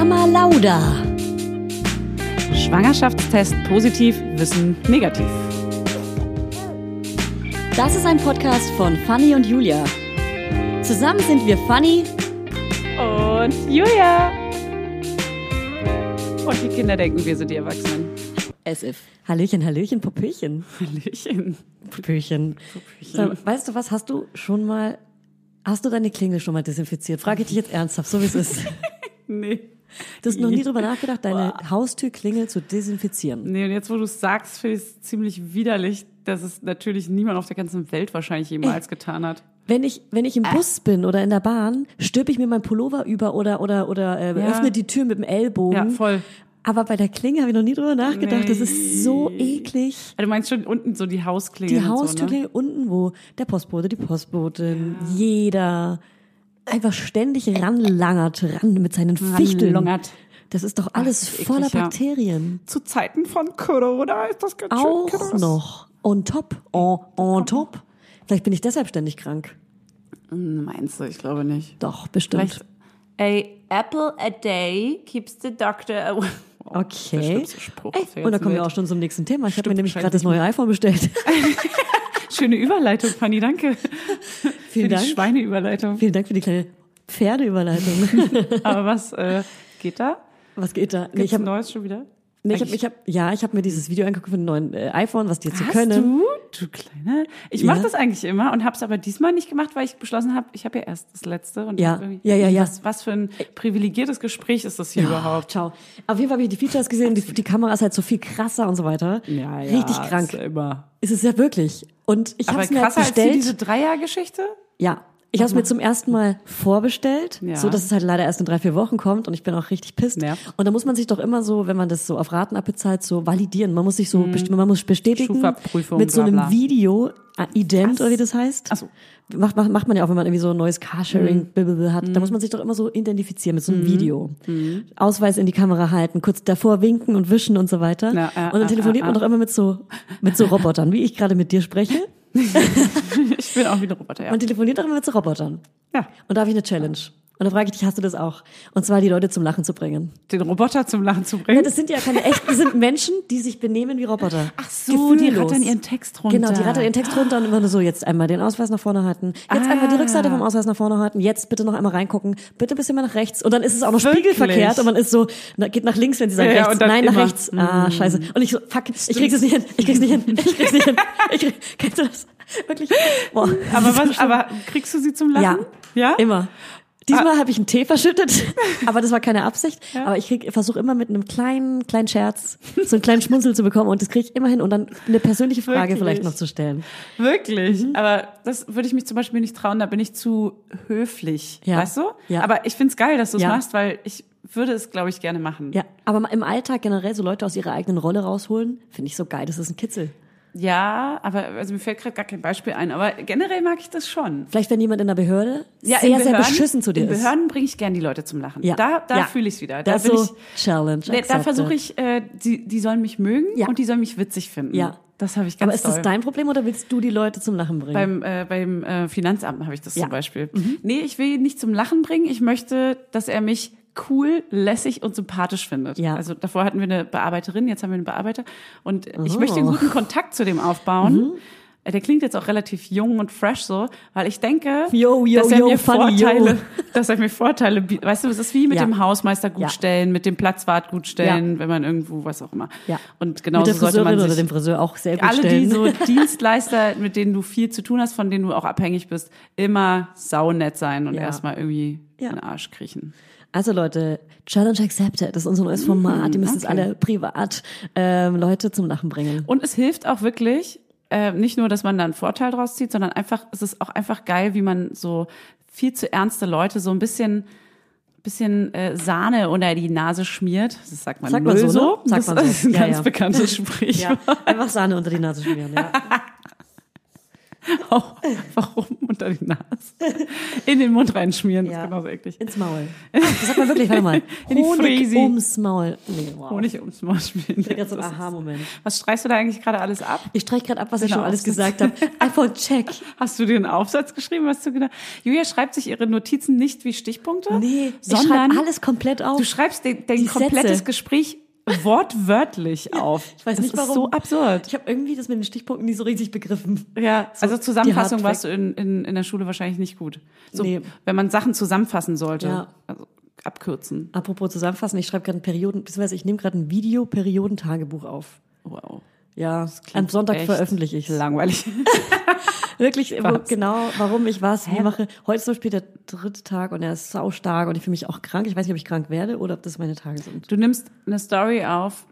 Mama Lauda. Schwangerschaftstest positiv, Wissen negativ. Das ist ein Podcast von Fanny und Julia. Zusammen sind wir Fanny und Julia. Und die Kinder denken, wir sind die Erwachsenen. As if. Hallöchen, Hallöchen, Popöchen. Hallöchen. Popöchen. So, weißt du was, hast du deine Klingel schon mal desinfiziert? Frage ich dich jetzt ernsthaft, so wie es ist. Nee. Du hast noch nie drüber nachgedacht, deine Haustürklingel zu desinfizieren? Nee, und jetzt, wo du es sagst, finde ich es ziemlich widerlich, dass es natürlich niemand auf der ganzen Welt wahrscheinlich jemals getan hat. Wenn ich im Bus bin oder in der Bahn, stülpe ich mir meinen Pullover über oder öffne die Tür mit dem Ellbogen. Ja, voll. Aber bei der Klinge habe ich noch nie drüber nachgedacht. Nee. Das ist so eklig. Also du meinst schon unten so die Hausklingel? Die Haustürklingel so, ne? Unten, wo der Postbote, die Postbotin, jeder einfach ständig ranlangert mit seinen Fichteln. Das ist doch alles voller Bakterien. Zu Zeiten von Corona ist das ganz auch schön krass. Noch. On top. Top. Vielleicht bin ich deshalb ständig krank. Meinst du? Ich glaube nicht. Doch, bestimmt. Vielleicht a apple a day keeps the doctor away. Okay. Und da kommen wir auch schon zum nächsten Thema. Ich habe mir nämlich gerade das neue iPhone bestellt. Schöne Überleitung, Fanny, danke. Vielen Dank. Die Schweineüberleitung. Vielen Dank für die kleine Pferdeüberleitung. Aber was geht da? Was geht da? Gibt's ein Neues schon wieder? Nee, ich hab mir dieses Video angeguckt von dem neuen iPhone, was die jetzt so können. Du Kleine? Ich mache das eigentlich immer und habe es aber diesmal nicht gemacht, weil ich beschlossen habe, ich habe ja erst das letzte. Und ja. Was für ein privilegiertes Gespräch ist das hier überhaupt? Ciao. Auf jeden Fall habe ich die Features gesehen, die Kamera ist halt so viel krasser und so weiter. Ja, richtig krank. Ist es ja wirklich. Und ich habe es mir halt bestellt. Als diese Dreiergeschichte? Ja. Ich habe es mir zum ersten Mal vorbestellt, so dass es halt leider erst in 3-4 Wochen kommt und ich bin auch richtig pisst. Ja. Und da muss man sich doch immer so, wenn man das so auf Raten abbezahlt, so validieren. Man muss sich so, man muss bestätigen mit so einem Video, Ident oder wie das heißt. Ach so. Macht man ja auch, wenn man irgendwie so ein neues Carsharing hat. Da muss man sich doch immer so identifizieren mit so einem Video. Ausweis in die Kamera halten, kurz davor winken und wischen und so weiter. Und dann telefoniert man doch immer mit so Robotern, wie ich gerade mit dir spreche. Ich bin auch wieder Roboter, ja. Man telefoniert doch immer mit so Robotern. Ja. Und da habe ich eine Challenge. Und da frage ich dich, hast du das auch? Und zwar die Leute zum Lachen zu bringen. Den Roboter zum Lachen zu bringen? Ja, das sind ja keine echten, das sind Menschen, die sich benehmen wie Roboter. Ach so, die rattern ihren Text runter. Genau, die rattern ihren Text runter und immer nur so, jetzt einmal den Ausweis nach vorne halten, jetzt einmal die Rückseite vom Ausweis nach vorne halten, jetzt bitte noch einmal reingucken, bitte ein bisschen mal nach rechts. Und dann ist es auch noch spiegelverkehrt und man ist so, geht nach links, wenn sie sagen rechts, nein, nach rechts. Scheiße. Und ich so, fuck, ich krieg's nicht hin. Kennst du das? Wirklich? Boah. Aber kriegst du sie zum Lachen? Ja? Immer. Diesmal habe ich einen Tee verschüttet, aber das war keine Absicht. Ja. Aber ich versuche immer mit einem kleinen Scherz so einen kleinen Schmunzel zu bekommen und das kriege ich immer hin und dann eine persönliche Frage vielleicht noch zu stellen. Wirklich? Aber das würde ich mich zum Beispiel nicht trauen, da bin ich zu höflich, weißt du? Ja. Aber ich find's geil, dass du es machst, weil ich würde es, glaube ich, gerne machen. Ja, aber im Alltag generell so Leute aus ihrer eigenen Rolle rausholen, finde ich so geil, das ist ein Kitzel. Ja, aber mir fällt gerade gar kein Beispiel ein. Aber generell mag ich das schon. Vielleicht, wenn jemand in der Behörde sehr beschissen zu dir ist. In Behörden bringe ich gern die Leute zum Lachen. Ja. Da fühle ich es wieder. Das ist so Challenge. Da versuche ich, die sollen mich mögen und die sollen mich witzig finden. Ja. Das habe ich ganz Aber ist das dein Problem oder willst du die Leute zum Lachen bringen? Beim Finanzamt habe ich das zum Beispiel. Nee, ich will ihn nicht zum Lachen bringen. Ich möchte, dass er mich cool, lässig und sympathisch findet. Ja. Also davor hatten wir eine Bearbeiterin, jetzt haben wir einen Bearbeiter und ich möchte einen guten Kontakt zu dem aufbauen. Der klingt jetzt auch relativ jung und fresh so, weil ich denke, dass er mir Vorteile bietet. Weißt du, es ist wie mit dem Hausmeister gut stellen, mit dem Platzwart gut stellen, wenn man irgendwo, was auch immer. Ja. Und genauso sollte man sich oder dem Friseur auch sehr gut alle stellen. Die so Dienstleister, mit denen du viel zu tun hast, von denen du auch abhängig bist, immer saunett sein und erstmal irgendwie in den Arsch kriechen. Also Leute, Challenge accepted. Das ist unser neues Format. Die müssen jetzt alle privat Leute zum Lachen bringen. Und es hilft auch wirklich, nicht nur, dass man da einen Vorteil draus zieht, sondern einfach, es ist auch einfach geil, wie man so viel zu ernste Leute so ein bisschen Sahne unter die Nase schmiert. Das sagt man so, ne? Das ist ein ganz bekanntes Sprichwort. Ja, einfach Sahne unter die Nase schmieren, ja. Warum unter die Nase? In den Mund reinschmieren, das ist genauso eklig. Ins Maul. Das hat man wirklich, warte mal. Honig ums Maul. Nee, wow. Honig ums Maul schmieren. Das ist so ein Aha-Moment. Was streichst du da eigentlich gerade alles ab? Ich streiche gerade ab, was ich schon alles gesagt habe. iPhone check. Hast du dir einen Aufsatz geschrieben, was du gedacht? Julia schreibt sich ihre Notizen nicht wie Stichpunkte, nee, sondern ich schreibe alles komplett auf. Du schreibst dein komplettes Gespräch wortwörtlich auf. Ich weiß nicht, warum. Das ist so absurd. Ich habe irgendwie das mit den Stichpunkten nie so richtig begriffen. Ja, so, also Zusammenfassung warst du in der Schule wahrscheinlich nicht gut. So, nee. Wenn man Sachen zusammenfassen sollte. Ja. Also abkürzen. Apropos zusammenfassen, ich schreibe gerade beziehungsweise ich nehme gerade ein Video-Periodentagebuch auf. Wow. Ja, am Sonntag veröffentliche ich es. Langweilig. Wirklich, genau, warum ich was wie mache. Heute ist zum Beispiel der 3. Tag und er ist saustark und ich fühle mich auch krank. Ich weiß nicht, ob ich krank werde oder ob das meine Tage sind. Du nimmst eine Story auf,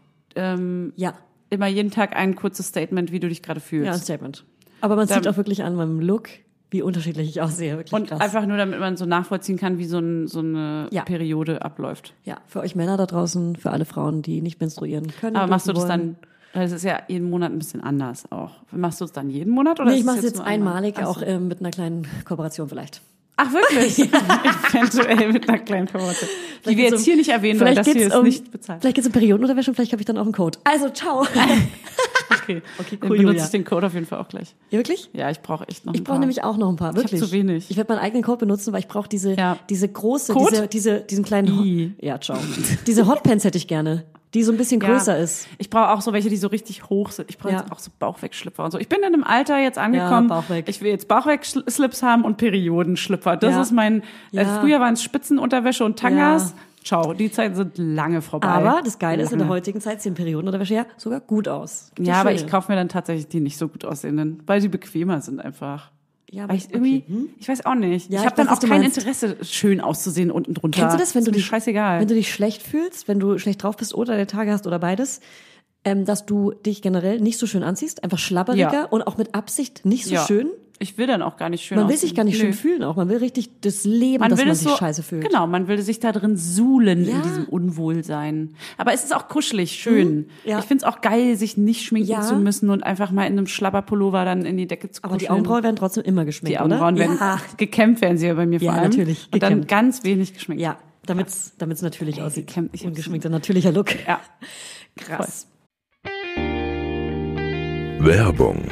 immer jeden Tag ein kurzes Statement, wie du dich gerade fühlst. Ja, ein Statement. Aber man sieht auch wirklich an meinem Look, wie unterschiedlich ich aussehe. Wirklich und krass. Einfach nur, damit man so nachvollziehen kann, wie so eine Periode abläuft. Ja, für euch Männer da draußen, für alle Frauen, die nicht menstruieren können. Aber machst du das dann... Das ist ja jeden Monat ein bisschen anders auch. Machst du es dann jeden Monat? Oder nee, ich mache es jetzt einmalig, auch mit einer kleinen Kooperation vielleicht. Ach, wirklich? Eventuell mit einer kleinen Kooperation. Die wir jetzt hier nicht erwähnen, weil das hier ist nicht bezahlt. Vielleicht geht es um Periodenunterwäsche und vielleicht habe ich dann auch einen Code. Also, ciao. Okay, cool, dann benutze ich den Code auf jeden Fall auch gleich. Ja, wirklich? Ja, ich brauche echt noch ein paar. Ich brauche nämlich auch noch ein paar, wirklich. Ich habe zu wenig. Ich werde meinen eigenen Code benutzen, weil ich brauche diese große, diesen kleinen... Ja, ciao. Diese Hotpants hätte ich gerne. Die so ein bisschen größer ist. Ich brauche auch so welche, die so richtig hoch sind. Ich brauche jetzt auch so Bauchwegschlüpfer und so. Ich bin in einem Alter jetzt angekommen. Ja, Bauchweg. Ich will jetzt Bauchwegslips haben und Periodenschlüpfer. Das ist mein, früher waren es Spitzenunterwäsche und Tangas. Ja. Ciao, die Zeiten sind lange vorbei. Aber das Geile ist, in der heutigen Zeit sehen Periodenunterwäsche ja sogar gut aus. Ja, aber ich kaufe mir dann tatsächlich die nicht so gut aussehenden, weil die bequemer sind einfach. Ja, aber irgendwie, ich weiß auch nicht. Ja, ich habe dann auch kein Interesse, schön auszusehen unten drunter. Kennst du das, wenn du dich scheißegal. Wenn du dich schlecht fühlst, wenn du schlecht drauf bist oder der Tage hast oder beides, dass du dich generell nicht so schön anziehst, einfach schlabberiger und auch mit Absicht nicht so schön? Ich will dann auch gar nicht schön Man will sich gar nicht schön fühlen auch. Man will richtig das Leben, dass man sich scheiße fühlt. Genau, man will sich da drin suhlen in diesem Unwohlsein. Aber es ist auch kuschelig, schön. Ja. Ich find's auch geil, sich nicht schminken zu müssen und einfach mal in einem Schlabberpullover dann in die Decke zu kuscheln. Aber die Augenbrauen werden trotzdem immer geschminkt, oder? Die Augenbrauen werden gekämmt, werden sie ja bei mir vor allem. Natürlich. Und dann ganz wenig geschminkt. Ja, damit's natürlich aussieht. Ungeschminkter, natürlicher Look. Ja. Krass. Werbung.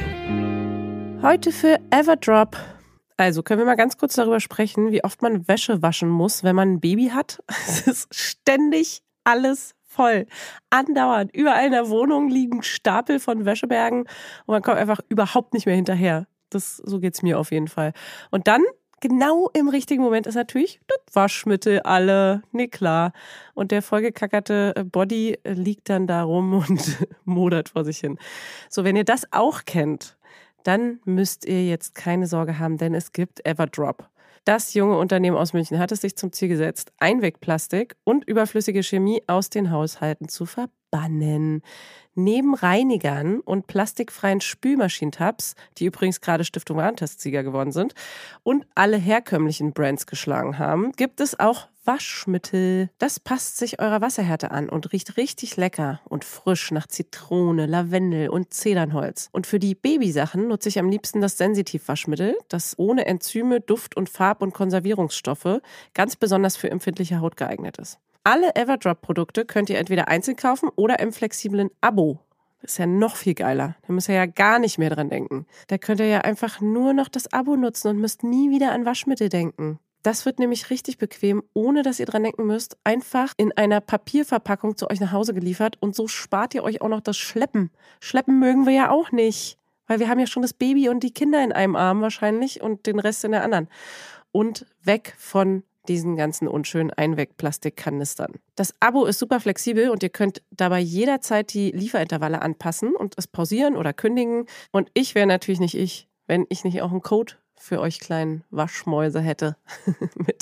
Heute für Everdrop. Also können wir mal ganz kurz darüber sprechen, wie oft man Wäsche waschen muss, wenn man ein Baby hat. Es ist ständig alles voll. Andauernd. Überall in der Wohnung liegen Stapel von Wäschebergen und man kommt einfach überhaupt nicht mehr hinterher. So geht's mir auf jeden Fall. Und dann, genau im richtigen Moment, ist natürlich das Waschmittel alle. Nee, klar. Und der vollgekackerte Body liegt dann da rum und modert vor sich hin. So, wenn ihr das auch kennt, dann müsst ihr jetzt keine Sorge haben, denn es gibt Everdrop. Das junge Unternehmen aus München hat es sich zum Ziel gesetzt, Einwegplastik und überflüssige Chemie aus den Haushalten zu verbannen. Neben Reinigern und plastikfreien Spülmaschinentabs, die übrigens gerade Stiftung Warentest-Sieger geworden sind und alle herkömmlichen Brands geschlagen haben, gibt es auch Waschmittel. Das passt sich eurer Wasserhärte an und riecht richtig lecker und frisch nach Zitrone, Lavendel und Zedernholz. Und für die Babysachen nutze ich am liebsten das Sensitiv-Waschmittel, das ohne Enzyme, Duft- und Farb- und Konservierungsstoffe ganz besonders für empfindliche Haut geeignet ist. Alle Everdrop-Produkte könnt ihr entweder einzeln kaufen oder im flexiblen Abo. Das ist ja noch viel geiler. Da müsst ihr ja gar nicht mehr dran denken. Da könnt ihr ja einfach nur noch das Abo nutzen und müsst nie wieder an Waschmittel denken. Das wird nämlich richtig bequem, ohne dass ihr dran denken müsst. Einfach in einer Papierverpackung zu euch nach Hause geliefert und so spart ihr euch auch noch das Schleppen. Schleppen mögen wir ja auch nicht, weil wir haben ja schon das Baby und die Kinder in einem Arm wahrscheinlich und den Rest in der anderen. Und weg von diesen ganzen unschönen Einwegplastikkanistern. Das Abo ist super flexibel und ihr könnt dabei jederzeit die Lieferintervalle anpassen und es pausieren oder kündigen. Und ich wäre natürlich nicht ich, wenn ich nicht auch einen Code für euch kleinen Waschmäuse hätte. Mit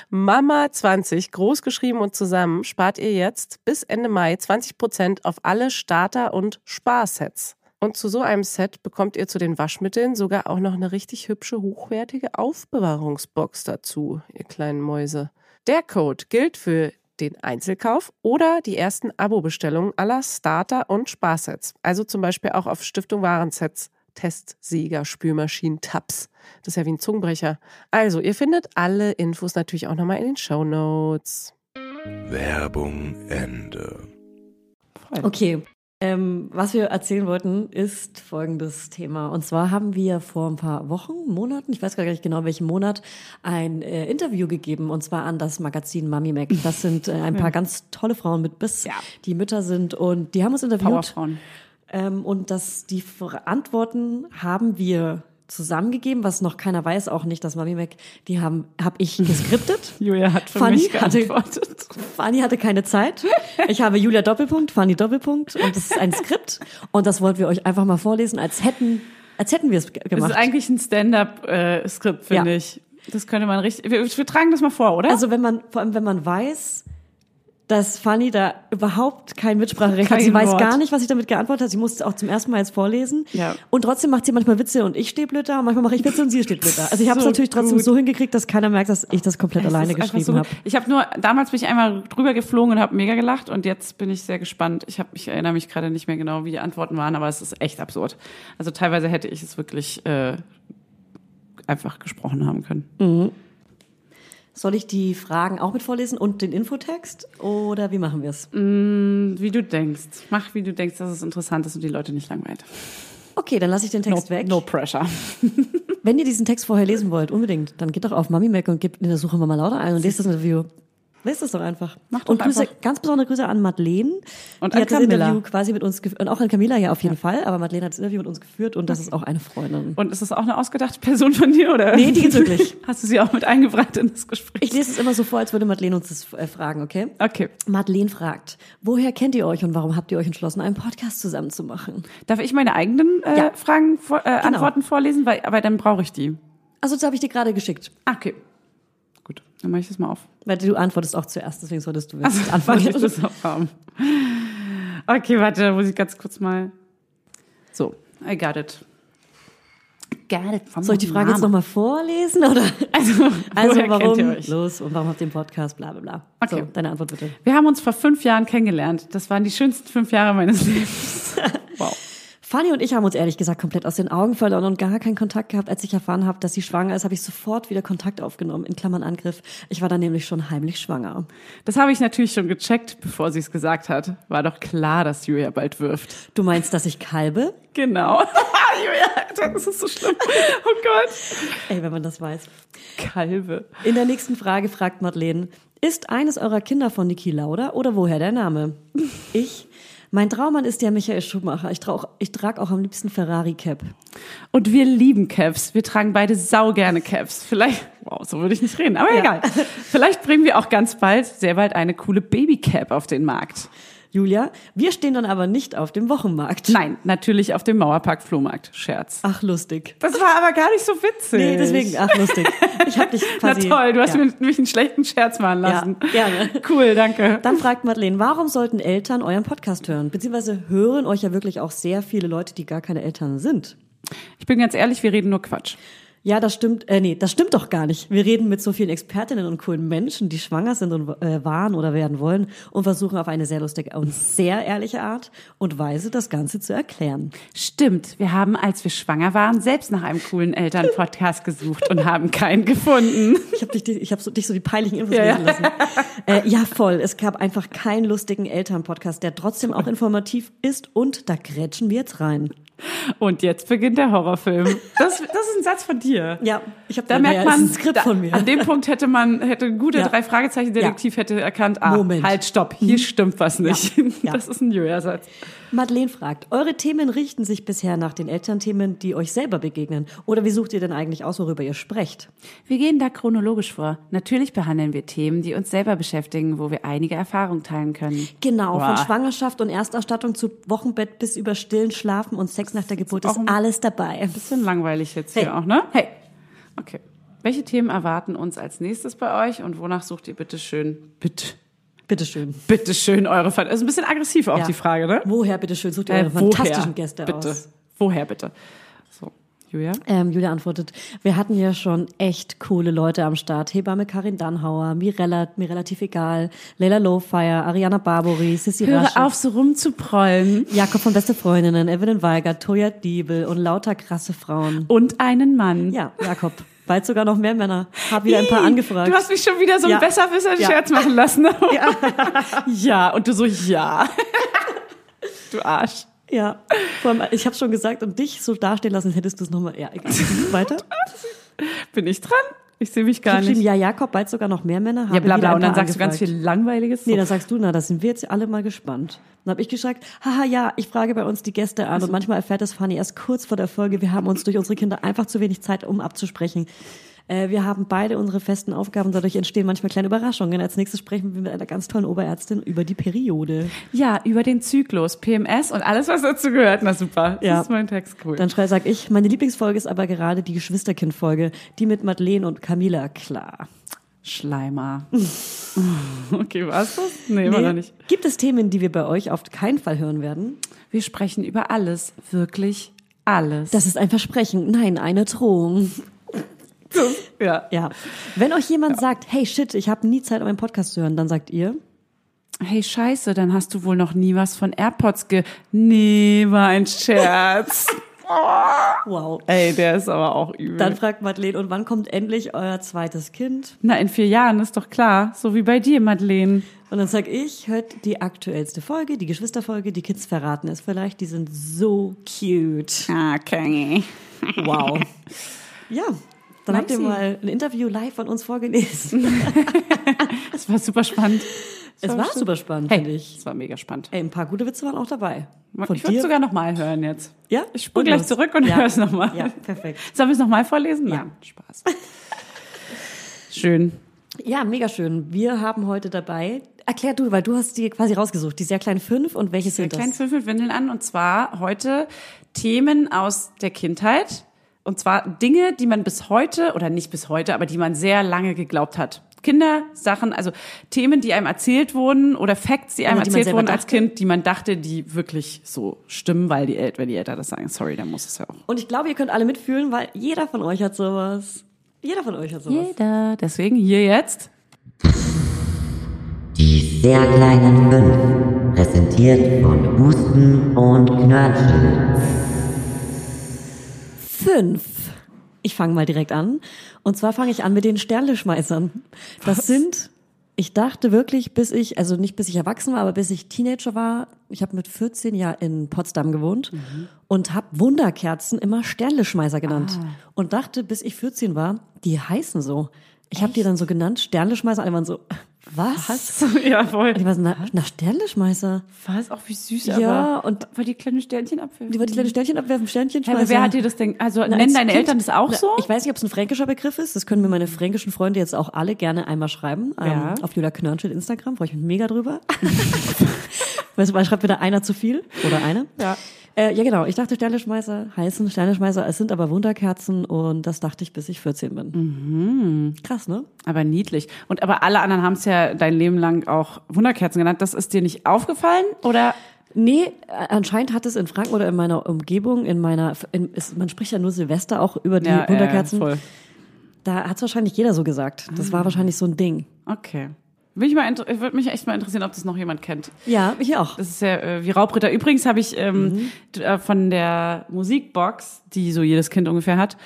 Mama20 großgeschrieben und zusammen spart ihr jetzt bis Ende Mai 20% auf alle Starter- und Sparsets. Und zu so einem Set bekommt ihr zu den Waschmitteln sogar auch noch eine richtig hübsche, hochwertige Aufbewahrungsbox dazu, ihr kleinen Mäuse. Der Code gilt für den Einzelkauf oder die ersten Abo-Bestellungen aller Starter- und Sparsets. Also zum Beispiel auch auf Stiftung Warensets Testsieger, Spülmaschinen, Tabs. Das ist ja wie ein Zungenbrecher. Also, ihr findet alle Infos natürlich auch nochmal in den Shownotes. Werbung Ende. Okay. Was wir erzählen wollten, ist folgendes Thema. Und zwar haben wir vor ein paar Wochen, Monaten, ich weiß gar nicht genau welchen Monat, ein Interview gegeben. Und zwar an das Magazin Mami Mac. Das sind ein paar ganz tolle Frauen mit Biss, die Mütter sind. Und die haben uns interviewt. Powerfrauen. Und die Antworten haben wir zusammengegeben, was noch keiner weiß, auch nicht, dass Mami Mac, die hab ich geskriptet. Julia hat für mich geantwortet. Fanny hatte keine Zeit. Ich habe Julia Doppelpunkt, Fanny Doppelpunkt und das ist ein Skript und das wollten wir euch einfach mal vorlesen, als hätten wir es gemacht. Das ist eigentlich ein Stand-up-Skript, finde ich. Das könnte man richtig, wir tragen das mal vor, oder? Also vor allem wenn man weiß, dass Fanny da überhaupt kein Mitspracherecht hat. Sie weiß gar nicht, was ich damit geantwortet habe. Sie musste es auch zum ersten Mal jetzt vorlesen. Ja. Und trotzdem macht sie manchmal Witze und ich stehe blöd da und manchmal mache ich Witze und sie steht blöd da. Also ich habe es natürlich trotzdem so hingekriegt, dass keiner merkt, dass ich das komplett alleine geschrieben habe. Damals bin ich einmal drüber geflogen und habe mega gelacht und jetzt bin ich sehr gespannt. Ich erinnere mich gerade nicht mehr genau, wie die Antworten waren, aber es ist echt absurd. Also teilweise hätte ich es wirklich einfach gesprochen haben können. Mhm. Soll ich die Fragen auch mit vorlesen und den Infotext oder wie machen wir es? Wie du denkst. Mach, wie du denkst, dass es interessant ist und die Leute nicht langweilt. Okay, dann lasse ich den Text weg. No pressure. Wenn ihr diesen Text vorher lesen wollt, unbedingt, dann geht doch auf Mami Mac und gebt in der Suche Mama Lauda ein und lest das Interview. Lest es doch einfach. Und ganz besondere Grüße an Madeleine. Und die an hat Camilla. Das Interview quasi mit uns geführt. Und auch an Camilla, ja, auf jeden Fall. Aber Madeleine hat das Interview mit uns geführt und das ist auch eine Freundin. Und ist das auch eine ausgedachte Person von dir, oder? Nee, die geht's wirklich. Hast du sie auch mit eingebracht in das Gespräch? Ich lese es immer so vor, als würde Madeleine uns das fragen, okay? Okay. Madeleine fragt, woher kennt ihr euch und warum habt ihr euch entschlossen, einen Podcast zusammen zu machen? Darf ich meine eigenen Fragen, Antworten vorlesen? Weil dann brauche ich die. Also das habe ich dir gerade geschickt. Okay. Gut, dann mache ich das mal auf. Weil du antwortest auch zuerst, deswegen solltest du jetzt anfangen. Ich das auch haben. Okay, warte, da muss ich ganz kurz mal. So, I got it. Soll ich die Frage jetzt nochmal vorlesen? Oder? Also warum? Los, und warum habt ihr den Podcast? Bla bla bla. Okay. So, deine Antwort bitte. Wir haben uns vor 5 Jahren kennengelernt. Das waren die schönsten 5 Jahre meines Lebens. Wow. Fanny und ich haben uns ehrlich gesagt komplett aus den Augen verloren und gar keinen Kontakt gehabt. Als ich erfahren habe, dass sie schwanger ist, habe ich sofort wieder Kontakt aufgenommen, in Klammern Angriff. Ich war dann nämlich schon heimlich schwanger. Das habe ich natürlich schon gecheckt, bevor sie es gesagt hat. War doch klar, dass Julia bald wirft. Du meinst, dass ich kalbe? Genau. Julia, das ist so schlimm. Oh Gott. Ey, wenn man das weiß. Kalbe. In der nächsten Frage fragt Madeleine, ist eines eurer Kinder von Niki Lauda oder woher der Name? Mein Traummann ist ja Michael Schumacher. Ich trage auch am liebsten Ferrari-Cap. Und wir lieben Caps. Wir tragen beide saugerne Caps. Vielleicht, wow, so würde ich nicht reden, aber egal. Vielleicht bringen wir auch sehr bald eine coole Baby-Cap auf den Markt. Julia, wir stehen dann aber nicht auf dem Wochenmarkt. Nein, natürlich auf dem Mauerpark-Flohmarkt. Scherz. Ach, lustig. Das war aber gar nicht so witzig. Nee, deswegen, ach, lustig. Ich hab dich quasi... Na toll, du hast mich einen schlechten Scherz machen lassen. Ja, gerne. Cool, danke. Dann fragt Madeleine, warum sollten Eltern euren Podcast hören? Beziehungsweise hören euch ja wirklich auch sehr viele Leute, die gar keine Eltern sind. Ich bin ganz ehrlich, wir reden nur Quatsch. Ja, das stimmt. Das stimmt doch gar nicht. Wir reden mit so vielen Expertinnen und coolen Menschen, die schwanger sind und waren oder werden wollen und versuchen auf eine sehr lustige und sehr ehrliche Art und Weise das Ganze zu erklären. Stimmt. Wir haben, als wir schwanger waren, selbst nach einem coolen Elternpodcast gesucht und haben keinen gefunden. Ich habe dich so die peinlichen Infos lesen lassen. Ja, voll. Es gab einfach keinen lustigen Elternpodcast, der trotzdem auch informativ ist und da grätschen wir jetzt rein. Und jetzt beginnt der Horrorfilm. Das ist ein Satz von dir. Ja, da merkt man, ein Skript von mir. An dem Punkt hätte ein guter 3-Fragezeichen-Detektiv hätte erkannt, Moment. Halt, stopp, hier stimmt was nicht. Ja. Das ist ein Julia-Satz. Madeleine fragt, eure Themen richten sich bisher nach den Elternthemen, die euch selber begegnen? Oder wie sucht ihr denn eigentlich aus, worüber ihr sprecht? Wir gehen da chronologisch vor. Natürlich behandeln wir Themen, die uns selber beschäftigen, wo wir einige Erfahrungen teilen können. Genau, von Schwangerschaft und Erstausstattung zu Wochenbett bis über stillen Schlafen und Sex nach der Geburt ist alles dabei. Ein bisschen langweilig jetzt hier auch, ne? Hey, okay. Welche Themen erwarten uns als nächstes bei euch und wonach sucht ihr bitteschön eure Fantasie? Also ein bisschen aggressiv auch die Frage, ne? Woher bitteschön sucht ihr eure fantastischen Gäste aus? Woher bitte? So, Julia? Julia antwortet, wir hatten ja schon echt coole Leute am Start. Hebamme Karin Dannhauer, mir relativ egal, Leila Lowfire, Ariana Barbori, Sissi Rasche. Hör auf, so rumzuprollen. Jakob von Beste Freundinnen, Evelyn Weigert, Toya Diebel und lauter krasse Frauen. Und einen Mann. Ja, Jakob. Bald sogar noch mehr Männer. Hab wieder ein paar angefragt. Du hast mich schon wieder so einen Besserwisser-Scherz machen lassen. Ja. Ja, und du so, ja. Du Arsch. Ja, vor allem, ich habe schon gesagt und dich so dastehen lassen, hättest du es nochmal. Ja, egal. Weiter. Bin ich dran? Ich sehe mich gar nicht. Ja, Jakob, bald sogar noch mehr Männer. Ja, bla bla. Und dann sagst du ganz viel Langweiliges. Nee, dann sagst du, da sind wir jetzt alle mal gespannt. Dann habe ich gesagt, haha, ja, ich frage bei uns die Gäste an und manchmal erfährt das Fanny erst kurz vor der Folge. Wir haben uns durch unsere Kinder einfach zu wenig Zeit, um abzusprechen. Wir haben beide unsere festen Aufgaben, dadurch entstehen manchmal kleine Überraschungen. Als nächstes sprechen wir mit einer ganz tollen Oberärztin über die Periode. Ja, über den Zyklus, PMS und alles, was dazu gehört. Na super, das ist mein Text, cool. Dann sag ich, meine Lieblingsfolge ist aber gerade die Geschwisterkind-Folge, die mit Madeleine und Camilla, klar. Schleimer. Okay, war's das? Nee, immer noch nicht. Gibt es Themen, die wir bei euch auf keinen Fall hören werden? Wir sprechen über alles, wirklich alles. Das ist ein Versprechen, nein, eine Drohung. Ja. Wenn euch jemand sagt, hey shit, ich habe nie Zeit, um einen Podcast zu hören, dann sagt ihr, hey scheiße, dann hast du wohl noch nie was von AirPods Nee, war ein Scherz. Wow. Ey, der ist aber auch übel. Dann fragt Madeleine, und wann kommt endlich euer zweites Kind? Na, in 4 Jahren, ist doch klar. So wie bei dir, Madeleine. Und dann sag ich, hört die aktuellste Folge, die Geschwisterfolge, die Kids verraten es vielleicht, die sind so cute. Okay. Wow. Ja. Dann habt ihr mal ein Interview live von uns vorgelesen. Es war super spannend. Es war super spannend, hey, finde ich. Es war mega spannend. Ey, ein paar gute Witze waren auch dabei. Ich würde es sogar nochmal hören jetzt. Ja? Ich spule gleich zurück und höre es nochmal. Ja, perfekt. Sollen wir es nochmal vorlesen? Ja. Nein, Spaß. Schön. Ja, mega schön. Wir haben heute dabei, erklär du, weil du hast die quasi rausgesucht, die sehr kleinen 5 und welche sind das? Die kleinen 5 mit Windeln an, und zwar heute Themen aus der Kindheit. Und zwar Dinge, die man bis heute, oder nicht bis heute, aber die man sehr lange geglaubt hat. Kindersachen, also Themen, die einem erzählt wurden oder Facts, die einem erzählt wurden als Kind, die man dachte, die wirklich so stimmen, weil wenn die Eltern das sagen, sorry, dann muss es ja auch. Und ich glaube, ihr könnt alle mitfühlen, weil jeder von euch hat sowas. Jeder. Deswegen hier jetzt. Die sehr kleinen 5, präsentiert von Husten und Knörnchen. 5. Ich fange mal direkt an. Und zwar fange ich an mit den Sternleschmeißern. Das sind, ich dachte wirklich, nicht bis ich erwachsen war, aber bis ich Teenager war, ich habe mit 14 Jahren in Potsdam gewohnt und habe Wunderkerzen immer Sternleschmeißer genannt. Und dachte, bis ich 14 war, die heißen so. Ich habe die dann so genannt, Sternleschmeißer, alle waren so, was? Ja, voll. Und ich war so, na Sternleschmeißer. Was? Auch wie süß, ja, aber. Und weil die kleine Sternchen abwerfen. Die wollte die kleine Sternchen abwerfen, Sternchen-Schmeißer. Aber wer hat dir das denn, nennen deine Eltern das auch so? Ich weiß nicht, ob es ein fränkischer Begriff ist. Das können mir meine fränkischen Freunde jetzt auch alle gerne einmal schreiben. Auf Julia Knörnchen Instagram, freue ich mich mega drüber. Weißt du, schreibt wieder einer zu viel oder eine. Ja. Ja, genau. Ich dachte, Sternleschmeißer heißen Sternleschmeißer. Es sind aber Wunderkerzen und das dachte ich, bis ich 14 bin. Mhm. Krass, ne? Aber niedlich. Aber alle anderen haben es ja dein Leben lang auch Wunderkerzen genannt. Das ist dir nicht aufgefallen, oder? Nee, anscheinend hat es in Franken oder in meiner Umgebung, man spricht ja nur Silvester auch über die Wunderkerzen. Ja, voll. Da hat es wahrscheinlich jeder so gesagt. Das war wahrscheinlich so ein Ding. Okay. Würde mich echt mal interessieren, ob das noch jemand kennt. Ja, ich auch. Das ist ja wie Raubritter. Übrigens habe ich von der Musikbox, die so jedes Kind ungefähr hat,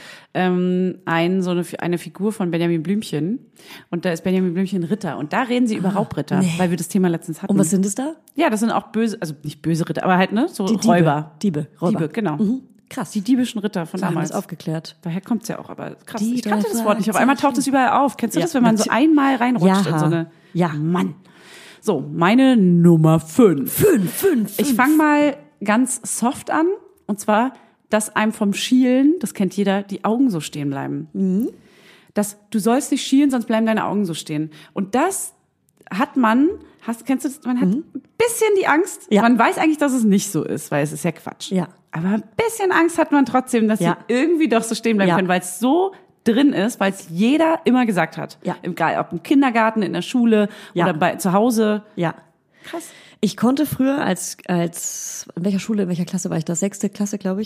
eine Figur von Benjamin Blümchen. Und da ist Benjamin Blümchen Ritter. Und da reden sie über Raubritter, weil wir das Thema letztens hatten. Und was sind es da? Ja, das sind auch böse, also nicht böse Ritter, aber halt, ne, so die Räuber. Räuber. Diebe, genau. Mhm. Krass. Die diebischen Ritter von damals. Das aufgeklärt. Daher kommt's ja auch, aber krass. Ich kannte das Wort nicht. Auf einmal taucht es überall auf. Kennst du das, wenn man so einmal reinrutscht in so eine... Ja. Mann. So, meine Nummer 5. 5. Ich fange mal ganz soft an. Und zwar, dass einem vom Schielen, das kennt jeder, die Augen so stehen bleiben. Mhm. Du sollst nicht schielen, sonst bleiben deine Augen so stehen. Und das hat kennst du das? Man hat ein bisschen die Angst. Ja. Man weiß eigentlich, dass es nicht so ist, weil es ist ja Quatsch. Ja. Aber ein bisschen Angst hat man trotzdem, dass sie irgendwie doch so stehen bleiben können, weil es so drin ist, weil es jeder immer gesagt hat. Ja. Egal, ob im Kindergarten, in der Schule oder zu Hause. Ja. Krass. Ich konnte früher in welcher Klasse war ich da? 6. Klasse, glaube ich,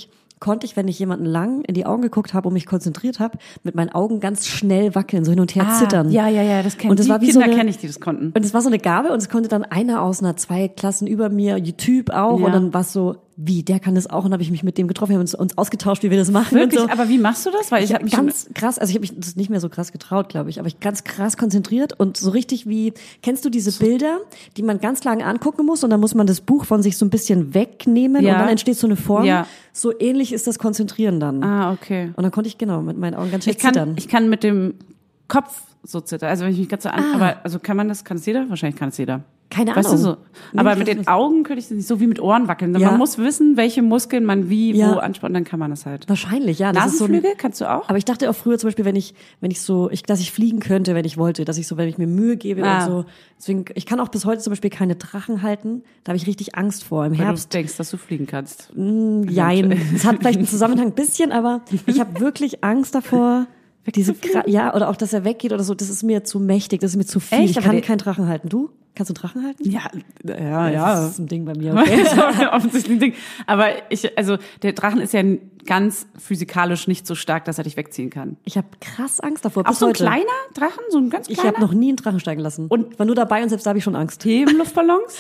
konnte ich, wenn ich jemanden lang in die Augen geguckt habe und mich konzentriert habe, mit meinen Augen ganz schnell wackeln, so hin und her zittern. Ja, das kenne ich. Kinder kenne ich, die das konnten. Und es war so eine Gabe und es konnte dann einer aus einer 2 Klassen über mir, Typ auch, und dann war es so, wie, der kann das auch, und habe ich mich mit dem getroffen, wir haben uns ausgetauscht, wie wir das machen. Wirklich? Und so. Aber wie machst du das? Weil ich habe mich ganz krass, also ich habe mich das nicht mehr so krass getraut, glaube ich, aber ich ganz krass konzentriert und so richtig wie, kennst du diese Bilder, die man ganz lange angucken muss und dann muss man das Buch von sich so ein bisschen wegnehmen und dann entsteht so eine Form. Ja. So ähnlich ist das Konzentrieren dann. Ah, okay. Und dann konnte ich mit meinen Augen ganz schnell zittern. Ich kann mit dem Kopf so zittern, also wenn ich mich ganz so aber also kann es jeder? Wahrscheinlich kann es jeder. Keine Ahnung. Weißt du so? Aber mit den Augen könnte ich das nicht, so wie mit Ohren wackeln. Man muss wissen, welche Muskeln man wo anspannen, dann kann man das halt. Wahrscheinlich, ja. Nasenflügel kannst du auch? Aber ich dachte auch früher zum Beispiel, dass ich fliegen könnte, wenn ich wollte, wenn ich mir Mühe gebe und so. Deswegen, ich kann auch bis heute zum Beispiel keine Drachen halten. Da habe ich richtig Angst vor im Herbst. Du denkst, dass du fliegen kannst. Jein. Es hat vielleicht einen Zusammenhang ein bisschen, aber ich habe wirklich Angst davor. Oder auch, dass er weggeht oder so, das ist mir zu mächtig, das ist mir zu viel. Echt? Ich kann keinen Drachen halten. Du? Kannst du Drachen halten? Ja. Das ist ein Ding bei mir, okay. Das ist offensichtlich ein Ding. Aber der Drachen ist ja ganz physikalisch nicht so stark, dass er dich wegziehen kann. Ich habe krass Angst davor. Auch so ein kleiner Drachen? So ein ganz kleiner? Ich habe noch nie einen Drachen steigen lassen. Und war nur dabei und selbst da habe ich schon Angst. Themenluftballons?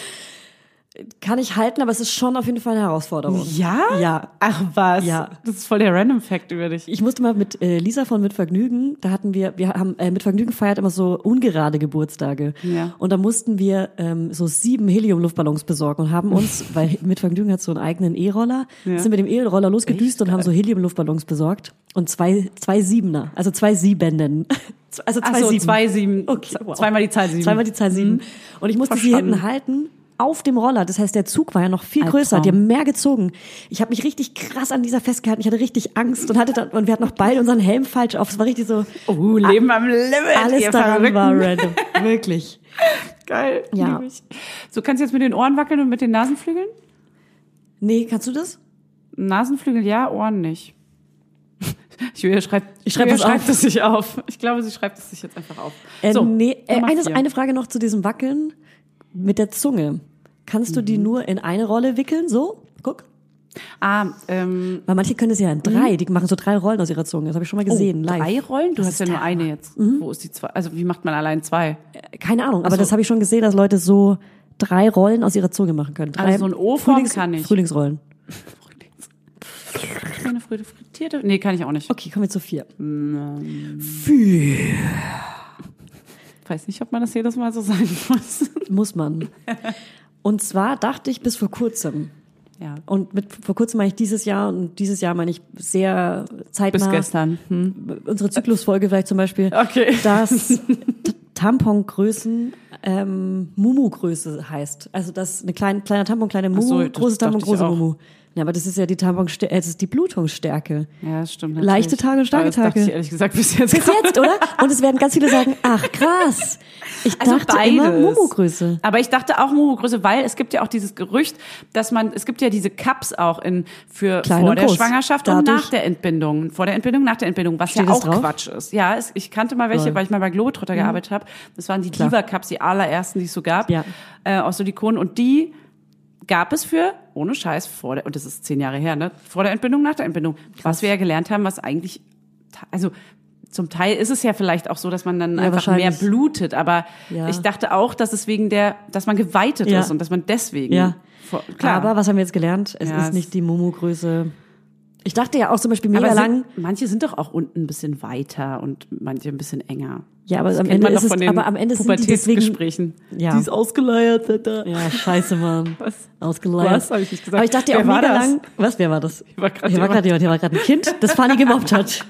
Kann ich halten, aber es ist schon auf jeden Fall eine Herausforderung. Ja? Ja. Ach was? Ja. Das ist voll der Random Fact über dich. Ich musste mal mit Lisa von Mit Vergnügen, da hatten wir haben Mit Vergnügen feiert immer so ungerade Geburtstage. Ja. Und da mussten wir so 7 Helium-Luftballons besorgen und haben uns, weil Mit Vergnügen hat so einen eigenen E-Roller, sind mit dem E-Roller losgedüst und haben so Helium-Luftballons besorgt. Und zwei Siebener, also 2 Siebenden. Also 2 Sieben. Okay, wow. Zweimal die Zahl 7. Zweimal die Zahl 7. Und ich musste sie hinten halten. Auf dem Roller, das heißt, der Zug war ja noch viel größer, die haben mehr gezogen. Ich habe mich richtig krass an dieser festgehalten, ich hatte richtig Angst und wir hatten noch beide unseren Helm falsch auf. Es war richtig so. Leben am Limit. Alles daran war random, wirklich. Geil. Ja. So, kannst du jetzt mit den Ohren wackeln und mit den Nasenflügeln? Nee, kannst du das? Nasenflügel ja, Ohren nicht. Julia schreibt das sich auf. Ich glaube, sie schreibt es sich jetzt einfach auf. Eine Frage noch zu diesem Wackeln mit der Zunge. Kannst du die nur in eine Rolle wickeln? So? Guck. Weil manche können es ja in 3. Die machen so 3 Rollen aus ihrer Zunge. Das habe ich schon mal gesehen. Live. 3 Rollen? Du hast ja nur eine jetzt. Wo ist die 2? Also wie macht man allein 2? Keine Ahnung, aber das habe ich schon gesehen, dass Leute so 3 Rollen aus ihrer Zunge machen können. 3 also so ein O-Form kann ich. Frühlingsrollen. Eine frittierte? Nee, kann ich auch nicht. Okay, kommen wir zu 4. 4. Weiß nicht, ob man das jedes Mal so sagen muss. Muss man. Und zwar dachte ich bis vor kurzem. Ja. Und vor kurzem meine ich dieses Jahr und dieses Jahr meine ich sehr zeitnah. Bis gestern. Unsere Zyklusfolge vielleicht zum Beispiel. Okay. Dass Tampongrößen Mumu-Größe heißt. Also dass kleiner Tampon, kleine Mumu, großes Tampon, große Mumu. Ja, aber das ist ja die es ist die Blutungsstärke. Ja, das stimmt. Natürlich. Leichte Tage und starke Tage. Das dachte ich ehrlich gesagt bis jetzt. Bis jetzt, oder? Und es werden ganz viele sagen, ach krass. Ich dachte immer Mumu-Größe. Aber ich dachte auch Mumu-Größe, weil es gibt ja auch dieses Gerücht, es gibt ja diese Cups auch vor der Schwangerschaft und nach der Entbindung. Vor der Entbindung, nach der Entbindung, was ja auch Quatsch ist. Ja, ich kannte mal welche, weil ich mal bei Globetrotter gearbeitet habe. Das waren die Diva-Cups, die allerersten, die es so gab. Ja. Aus Silikon. Und die gab es ohne Scheiß, und das ist 10 Jahre her, ne? Vor der Entbindung, nach der Entbindung. Krass. Was wir ja gelernt haben, was eigentlich, also zum Teil ist es ja vielleicht auch so, dass man dann einfach mehr blutet, aber ich dachte auch, dass es dass man geweitet ist und dass man deswegen. Ja. Klar. Aber was haben wir jetzt gelernt? Es ist nicht die Mumu-Größe. Ich dachte ja auch zum Beispiel mega lang. Manche sind doch auch unten ein bisschen weiter und manche ein bisschen enger. Ja, aber am Ende ist sind die deswegen. Ja. Die ist ausgeleiert, Alter. Ja, scheiße, Mann. Was? Ausgeleiert. Was? Hab ich nicht gesagt. Aber ich dachte ja auch mega lang. Was? Wer war das? Hier war gerade ein Kind, das Fanny gemobbt hat.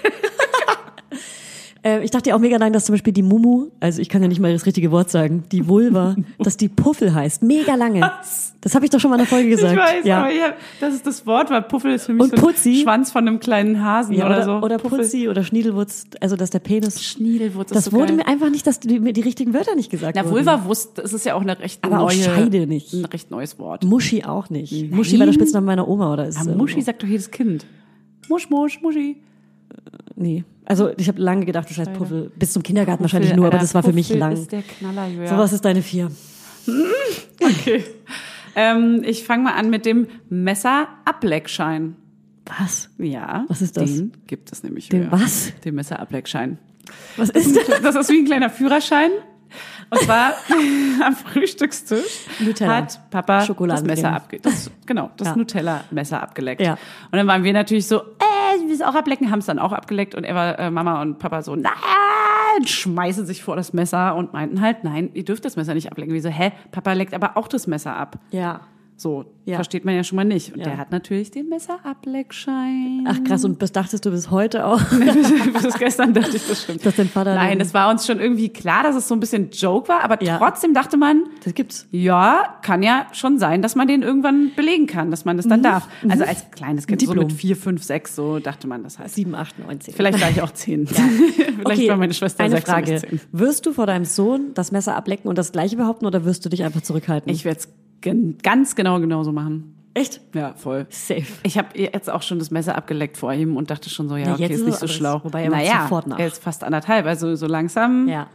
Ich dachte ja auch mega lang, dass zum Beispiel die Mumu, also ich kann ja nicht mal das richtige Wort sagen, die Vulva, dass die Puffel heißt. Mega lange. Was? Das habe ich doch schon mal in der Folge gesagt. Ich weiß, aber das ist das Wort, weil Puffel ist für mich und so ein Schwanz von einem kleinen Hasen oder so. Oder Putzi oder Schniedelwurz, also dass der Penis. Schniedelwurz ist das so wurde geil. Mir einfach nicht, dass mir die richtigen Wörter nicht gesagt wurden. Vulva wusste, es ist ja auch eine recht aber neue. Auch Scheide nicht. Ein recht neues Wort. Muschi auch nicht. Nein. Muschi war der Spitzname meiner Oma, oder ist Muschi sagt doch jedes Kind. Muschi. Nee. Also ich habe lange gedacht, das heißt Puffel. Bis zum Kindergarten Puffel, wahrscheinlich nur, aber das war für mich lang. Ist der Knaller, Julia. So, was ist deine 4? Okay. Ich fange mal an mit dem Messerableckschein. Was? Ja. Was ist das? Den gibt es nämlich. Den was? Den Messerableckschein. Was ist das? Das ist wie ein kleiner Führerschein. Und zwar am Frühstückstisch Nutella. hat Papa das Messer Nutella-Messer abgeleckt. Ja. Und dann waren wir natürlich so, wir müssen auch ablecken, haben es dann auch abgeleckt. Und er war, Mama und Papa so, nein, schmeißen sich vor das Messer und meinten halt, nein, ihr dürft das Messer nicht ablecken. Wie so, Papa leckt aber auch das Messer ab. Ja. So, versteht man ja schon mal nicht. Und der hat natürlich den Messerableckschein. Ach krass, und das dachtest du bis heute auch? Bis gestern dachte ich, das stimmt. Dass dein Vater Nein, das war uns schon irgendwie klar, dass es so ein bisschen Joke war, aber trotzdem dachte man, das gibt's. Ja, kann ja schon sein, dass man den irgendwann belegen kann, dass man das dann darf. Also als kleines Kind, so mit 4, 5, 6, so dachte man das halt. 7, 8, 9, 10. Vielleicht war ich auch 10. Vielleicht war meine Schwester eine 6 Frage. und ich 10. Wirst du vor deinem Sohn das Messer ablecken und das Gleiche behaupten oder wirst du dich einfach zurückhalten? Ich werde es ganz genauso machen. Echt? Ja, voll. Safe. Ich habe jetzt auch schon das Messer abgeleckt vor ihm und dachte schon so, okay, ist nicht so schlau. Wobei er macht sofort nach. Er ist fast 1,5, also so langsam. Ja.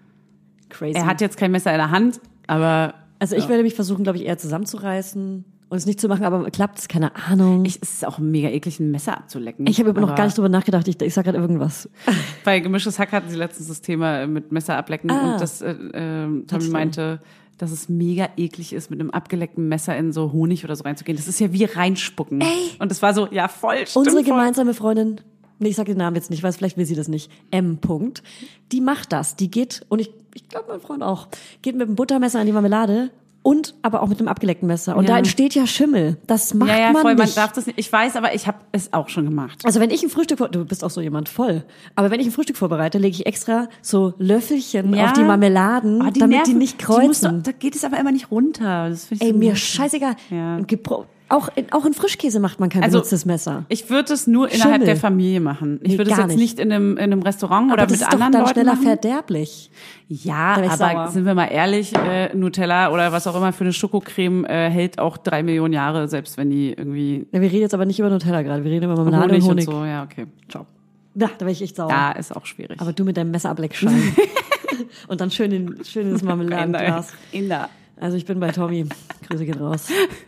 Crazy. Er hat jetzt kein Messer in der Hand, aber... Also ich werde mich versuchen, glaube ich, eher zusammenzureißen und es nicht zu machen, aber klappt es? Keine Ahnung. Es ist auch mega eklig, ein Messer abzulecken. Ich habe aber noch gar nicht drüber nachgedacht. Ich sag gerade irgendwas. Bei Gemischtes Hack hatten sie letztens das Thema mit Messer ablecken und das Tommy meinte, dass es mega eklig ist, mit einem abgeleckten Messer in so Honig oder so reinzugehen. Das ist ja wie reinspucken. Ey. Und das war so, ja voll, stimmt. Unsere voll. gemeinsame Freundin, ich sage den Namen jetzt nicht, weil vielleicht will sie das nicht, M. Die macht das. Die geht, und ich glaube mein Freund auch, geht mit dem Buttermesser an die Marmelade und aber auch mit dem abgeleckten Messer. Und da entsteht ja Schimmel. Das macht man voll, nicht. Man darf das nicht. Ich weiß, aber ich habe es auch schon gemacht. Also wenn ich ein Frühstück, du bist auch so jemand voll, aber wenn ich ein Frühstück vorbereite, lege ich extra so Löffelchen auf die Marmeladen, damit die nicht kreuzen. Da geht es aber immer nicht runter. Das find ich so mir nervig. scheißegal. Ja. Auch in Frischkäse macht man kein benutztes Messer. Ich würde es nur innerhalb der Familie machen. Ich würde es jetzt nicht in einem Restaurant oder mit anderen Leuten machen. Das ist doch dann schneller verderblich. Ja, aber sind wir mal ehrlich, Nutella oder was auch immer für eine Schokocreme hält auch 3 Millionen Jahre, selbst wenn die irgendwie... Ja, wir reden jetzt aber nicht über Nutella gerade, wir reden über Marmelade und Honig. Und so, ja, okay. Ciao. Ja, da wäre ich echt sauer. Ja, ist auch schwierig. Aber du mit deinem Messerableckschein. Und dann schönes Marmeladenglas. Also ich bin bei Tommy. Grüße gehen raus.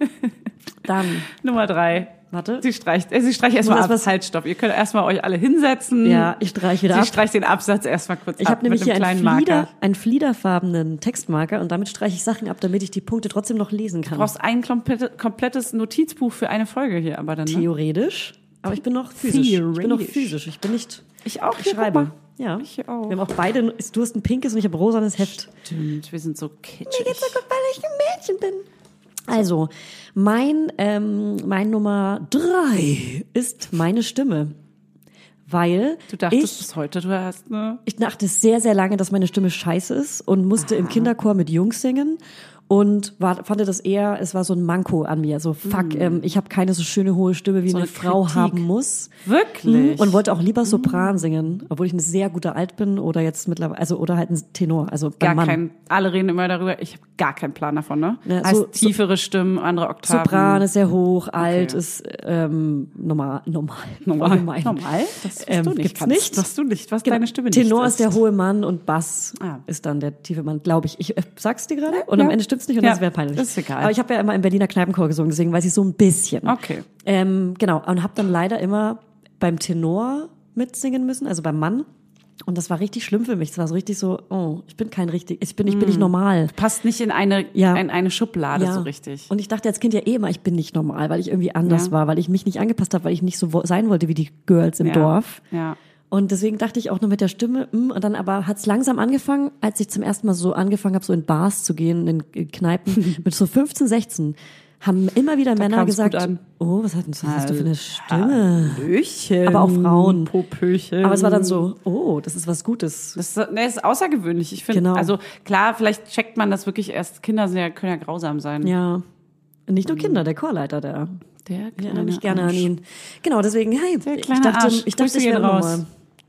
Dann. Nummer 3. Warte. Sie streicht erstmal ab. Halt, stopp. Ihr könnt erstmal euch alle hinsetzen. Ja, ich streiche wieder ab. Sie streicht den Absatz erstmal kurz ab. Ich habe nämlich mit hier Marker. einen fliederfarbenen Textmarker und damit streiche ich Sachen ab, damit ich die Punkte trotzdem noch lesen kann. Du brauchst ein komplettes Notizbuch für eine Folge hier, aber dann. Theoretisch. Aber ich bin noch physisch. Ich bin nicht. Ich auch. Ich schreibe. Ja. Ich auch. Wir haben auch beide. Du hast ein pinkes und ich habe rosanes Heft. Stimmt, wir sind so kitschig. Mir geht's so gut, weil ich ein Mädchen bin. Also, mein Nummer 3 ist meine Stimme. Weil du dachtest bis heute, du hast Ich dachte sehr, sehr lange, dass meine Stimme scheiße ist und musste im Kinderchor mit Jungs singen. Und fand das eher, es war so ein Manko an mir. So, ich habe keine so schöne hohe Stimme, wie so eine Frau Kritik haben muss. Wirklich? Und wollte auch lieber Sopran singen, obwohl ich eine sehr gute Alt bin oder jetzt mittlerweile, oder halt ein Tenor. Also alle reden immer darüber, ich habe gar keinen Plan davon, ne? Ja, heißt tiefere Stimmen, andere Oktaven. Sopran ist sehr hoch, Alt ist normal. Normal? Das du nicht gibt's nicht. Was du nicht, was deine Stimme nicht Tenor ist der hohe Mann und Bass ist dann der tiefe Mann, glaube ich. Ich sag's dir gerade und am Ende stimmt's nicht und das wäre peinlich. Das ist egal. Aber ich habe ja immer im Berliner Kneipenchor gesungen, deswegen weiß ich so ein bisschen. Okay. Genau, und habe dann leider immer beim Tenor mitsingen müssen, also beim Mann. Und das war richtig schlimm für mich. Es war so richtig so, ich bin nicht normal. Passt nicht in eine Schublade so richtig. Und ich dachte als Kind ja immer, ich bin nicht normal, weil ich irgendwie anders war, weil ich mich nicht angepasst habe, weil ich nicht so sein wollte wie die Girls im Dorf. Ja. Und deswegen dachte ich auch nur mit der Stimme, und dann aber hat's langsam angefangen, als ich zum ersten Mal so angefangen habe, so in Bars zu gehen, in Kneipen, mit so 15, 16, haben immer wieder Männer gesagt, was hast du für eine Stimme? Hallöchen. Aber auch Frauen. Popöchen. Aber es war dann so, das ist was Gutes. Das ist außergewöhnlich. Ich finde, also klar, vielleicht checkt man das wirklich erst. Kinder können ja grausam sein. Ja. Nicht nur Kinder, der Chorleiter, der erinnere mich gerne an ihn. Genau, deswegen, hey, ich dachte, ich wäre raus.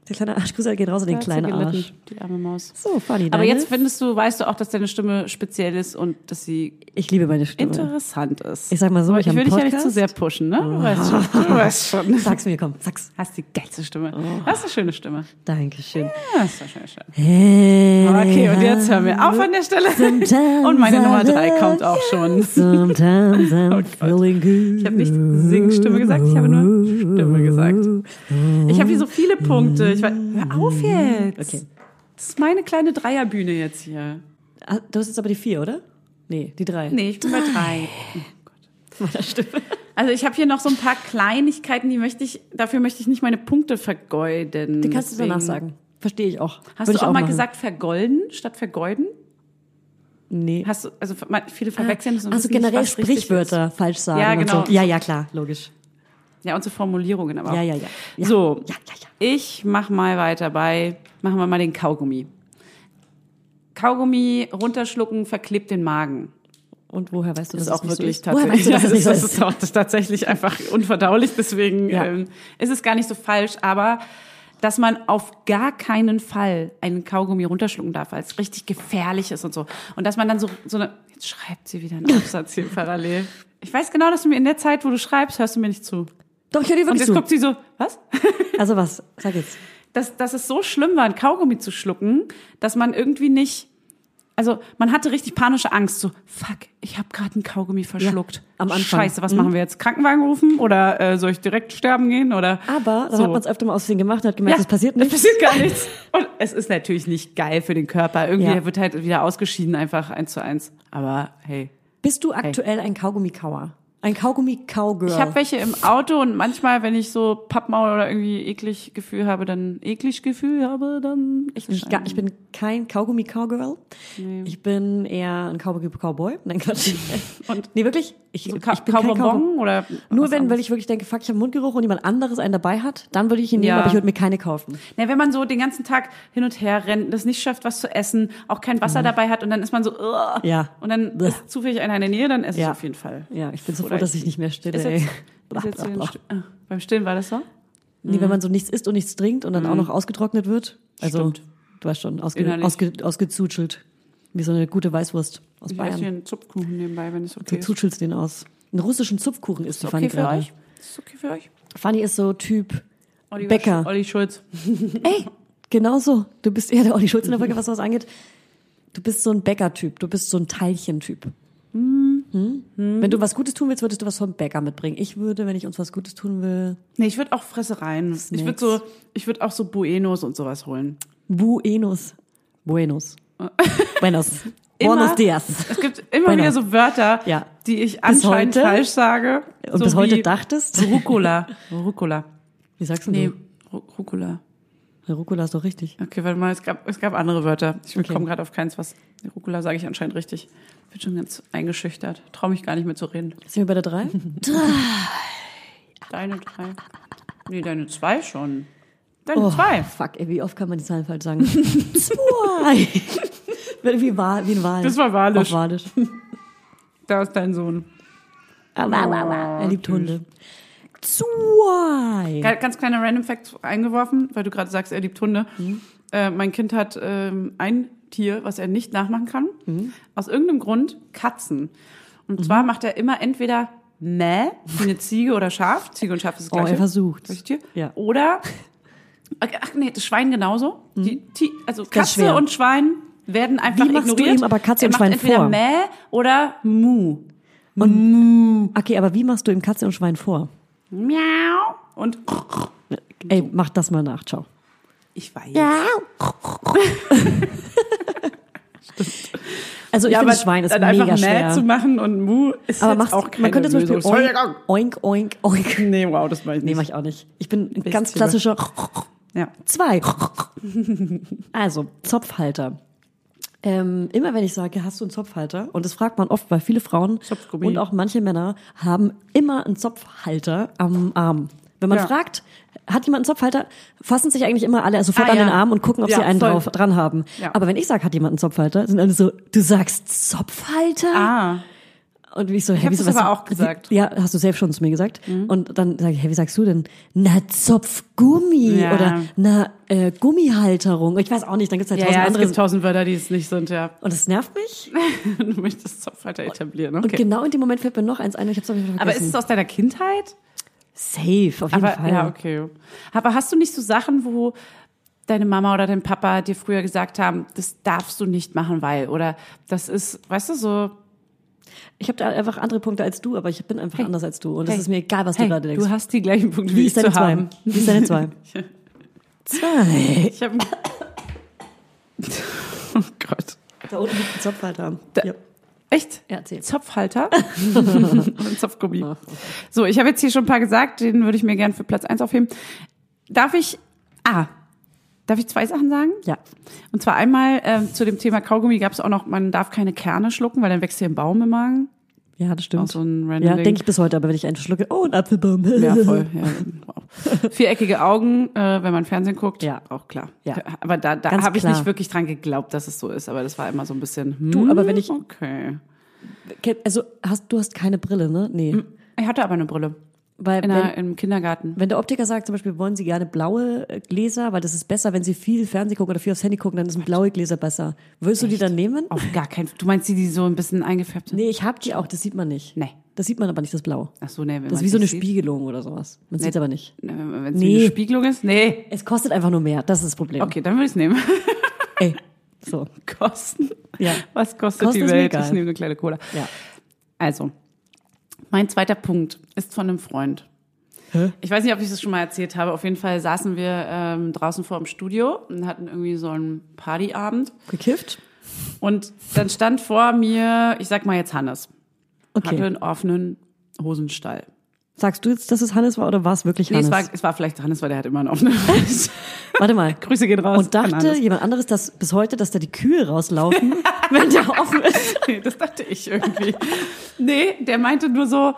Der kleine Arschgrüße geht raus in den kleinen Arsch. Die arme Maus. So, funny. Aber jetzt weißt du auch, dass deine Stimme speziell ist und dass sie ich liebe meine Stimme. Interessant ist. Ich sag mal so, ich will dich ja nicht zu sehr pushen, ne? Du weißt schon. Sag's mir, komm, sag's. Hast die geilste Stimme. Hast eine schöne Stimme. Dankeschön. Ja, ist doch schön. Okay, und jetzt hören wir auf an der Stelle. Und meine Nummer 3 kommt auch schon. Sometimes I'm feeling good. Ich habe nicht Singstimme gesagt, ich habe nur Stimme gesagt. Ich habe hier so viele Punkte. Hör auf jetzt. Okay. Das ist meine kleine Dreierbühne jetzt hier. Du hast jetzt aber die 4, oder? Nee, die 3. Nee, ich bin bei 3. Oh Gott. Meiner Stimme. Also ich habe hier noch so ein paar Kleinigkeiten, dafür möchte ich nicht meine Punkte vergeuden. Die kannst du danach sagen. Verstehe ich auch. Hast du auch mal gesagt vergolden statt vergeuden? Nee. Viele verwechseln das. Also generell nicht, Sprichwörter falsch sagen. Ja, genau. Und so. Ja, klar, logisch. Ja, und so Formulierungen aber auch. Ja. So, ich machen wir mal den Kaugummi. Kaugummi runterschlucken, verklebt den Magen. Und woher weißt du, dass das ist auch wirklich so ist? Woher weißt du, dass das nicht so ist? Das ist auch tatsächlich einfach unverdaulich, deswegen ist es gar nicht so falsch, aber dass man auf gar keinen Fall einen Kaugummi runterschlucken darf, weil es richtig gefährlich ist und so. Und dass man dann so eine, jetzt schreibt sie wieder einen Absatz hier parallel. Ich weiß genau, dass du mir in der Zeit, wo du schreibst, hörst du mir nicht zu. Doch, ich höre dir wirklich zu. Und jetzt guckt sie so, was? Also was? Sag jetzt. Dass es so schlimm war, ein Kaugummi zu schlucken, dass man irgendwie nicht, also man hatte richtig panische Angst, so, fuck, ich habe gerade einen Kaugummi verschluckt. Ja, am Anfang. Scheiße, was machen wir jetzt? Krankenwagen rufen oder soll ich direkt sterben gehen? Oder aber dann hat man es öfter mal aus Versehen gemacht und hat gemerkt, es passiert nichts. Es passiert gar nichts. Und es ist natürlich nicht geil für den Körper. Irgendwie wird halt wieder ausgeschieden, einfach 1:1. Aber hey. Bist du aktuell ein Kaugummi-Kauer? Ein Kaugummi-Cowgirl? Ich habe welche im Auto und manchmal, wenn ich so Pappmaul oder irgendwie eklig Gefühl habe, dann ich bin kein Kaugummi-Cowgirl. Nee. Ich bin eher ein Kaugummi-Cowboy. Nein, Quatsch. Und nee, wirklich? Ich bin kein Kaubonbon oder nur weil ich wirklich denke, fuck, ich habe Mundgeruch und jemand anderes einen dabei hat, dann würde ich ihn nehmen, aber ich würde mir keine kaufen. Ja, wenn man so den ganzen Tag hin und her rennt, das nicht schafft, was zu essen, auch kein Wasser dabei hat und dann ist man so, und dann ist zufällig einer in der Nähe, dann esse ich auf jeden Fall. Ja, ich bin so froh, dass ich nicht mehr stille. Beim Stillen war das so? Nee, wenn man so nichts isst und nichts trinkt und dann auch noch ausgetrocknet wird. Also, stimmt. Du weißt schon, ausgezutschelt. Wie so eine gute Weißwurst aus Bayern. Ich esse hier einen Zupfkuchen nebenbei, wenn es okay ist. Du zutschelst den aus. Einen russischen Zupfkuchen isst die Fanny gerade. Ist das okay für euch? Fanny ist so Typ Bäcker. Olli Schulz. Ey, genau so. Du bist eher der Olli Schulz in der Folge, was sowas angeht. Du bist so ein Bäcker-Typ. Du bist so ein Teilchen-Typ. Wenn du was Gutes tun willst, würdest du was vom Bäcker mitbringen. Ich würde, wenn ich uns was Gutes tun will... Nee, ich würde auch Fressereien. Snacks. Ich würde auch so Buenos und sowas holen. Buenos. Buenos dias. Es gibt immer wieder so Wörter, die ich anscheinend falsch sage. Und so bis heute dachtest? Rucola. Wie sagst du? Nee, Rucola. Rucola ist doch richtig. Okay, warte mal, es gab andere Wörter. Ich komme gerade auf keins, was. Rucola sage ich anscheinend richtig. Ich bin schon ganz eingeschüchtert. Traue mich gar nicht mehr zu reden. Sind wir bei der 3? 3. Deine 3. Nee, deine 2 schon. Deine 2. Fuck, ey, wie oft kann man die Zahlen falsch sagen? 2. wie ein Wal. Das war Walisch. Auf Walisch. Da ist dein Sohn. Er liebt Hunde. 2. Ganz kleiner Random Fact eingeworfen, weil du gerade sagst, er liebt Hunde. Mein Kind hat ein Tier, was er nicht nachmachen kann. Aus irgendeinem Grund Katzen. Und zwar macht er immer entweder Mäh, wie eine Ziege oder Schaf. Ziege und Schaf ist das gleiche. Er versucht. Ja. Oder, ach nee, das Schwein genauso. Also Katze und Schwein werden einfach ignoriert. Wie machst du ihm aber Katze und Schwein vor? Entweder Mäh oder Mu. Okay, aber wie machst du ihm Katze und Schwein vor? Miau und ey, mach das mal nach, ciao. Ich weiß. Also ich finde, Schwein ist mega schwer. Zu machen und Mu ist aber jetzt auch keine man könnte zum Beispiel oink, oink, oink. Nee, wow, das mach ich nicht. Nee, mach ich auch nicht. Ich bin ein ganz klassischer 2. Also, Zopfhalter. Immer wenn ich sage, hast du einen Zopfhalter? Und das fragt man oft, weil viele Frauen und auch manche Männer haben immer einen Zopfhalter am Arm. Wenn man fragt, hat jemand einen Zopfhalter, fassen sich eigentlich immer alle sofort an den Arm und gucken, ob sie einen dran haben. Ja. Aber wenn ich sage, hat jemand einen Zopfhalter, sind alle so, du sagst Zopfhalter? Und wie ich so, ich habe das aber auch gesagt. Ja, hast du selbst schon zu mir gesagt. Und dann sage ich, hey, wie sagst du denn? Na, Zopfgummi oder Gummihalterung. Ich weiß auch nicht, dann gibt's halt tausend andere. Es gibt 1000 Wörter, die es nicht sind, ja. Und das nervt mich. Du möchtest Zopfhalter etablieren, okay. Und genau in dem Moment fällt mir noch eins ein, ich hab's vergessen. Aber ist es aus deiner Kindheit? Safe, auf jeden Fall. Ja, okay. Aber hast du nicht so Sachen, wo deine Mama oder dein Papa dir früher gesagt haben, das darfst du nicht machen, weil, oder das ist, weißt du, so... Ich habe da einfach andere Punkte als du, aber ich bin einfach anders als du. Und es ist mir egal, was du gerade denkst. Du hast die gleichen Punkte wie ich zu haben. Wie ist deine 2? 2. Ich habe... Oh Gott. Da unten liegt ein Zopfhalter. Ja. Echt? Ja, erzähl. Zopfhalter und Zopfgummi. So, ich habe jetzt hier schon ein paar gesagt, den würde ich mir gerne für Platz 1 aufheben. Darf ich 2 Sachen sagen? Ja. Und zwar einmal zu dem Thema Kaugummi gab es auch noch, man darf keine Kerne schlucken, weil dann wächst hier ein Baum im Magen. Ja, das stimmt. Auch so ein random Ding. Denke ich bis heute, aber wenn ich einen schlucke, ein Apfelbaum. Ja, voll. Ja, wow. Viereckige Augen, wenn man Fernsehen guckt, ja, auch klar. Ja. Aber da habe ich nicht wirklich dran geglaubt, dass es so ist, aber das war immer so ein bisschen, Du, aber wenn ich... Okay. Also, du hast keine Brille, ne? Nee. Ich hatte aber eine Brille. Weil Im Kindergarten. Wenn der Optiker sagt, zum Beispiel, wollen Sie gerne blaue Gläser, weil das ist besser, wenn Sie viel Fernsehen gucken oder viel aufs Handy gucken, dann sind blaue Gläser besser. Würdest du die dann nehmen? Auf gar keinen Fall. Du meinst die so ein bisschen eingefärbt sind? Nee, ich hab die auch, das sieht man nicht. Nee. Das sieht man aber nicht, das Blau. Ach so, nee. Das ist wie so eine Spiegelung oder sowas. Man sieht's aber nicht. Wenn es wie eine Spiegelung ist? Nee. Es kostet einfach nur mehr, das ist das Problem. Okay, dann würde ich es nehmen. Ey, so. Kosten? Ja. Was kostet die Welt? Ich nehme eine kleine Cola. Ja. Also, mein zweiter Punkt ist von einem Freund. Hä? Ich weiß nicht, ob ich das schon mal erzählt habe. Auf jeden Fall saßen wir draußen vor dem Studio und hatten irgendwie so einen Partyabend. Gekifft? Und dann stand vor mir, ich sag mal jetzt Hannes. Okay. Hatte einen offenen Hosenstall. Sagst du jetzt, dass es Hannes war oder war es wirklich Hannes? Nee, es war vielleicht Hannes, weil der hat immer einen offenen Hosenstall. Warte mal. Grüße gehen raus. Und dachte jemand anderes, dass bis heute, dass da die Kühe rauslaufen, wenn der offen ist? Nee, das dachte ich irgendwie. Nee, der meinte nur so,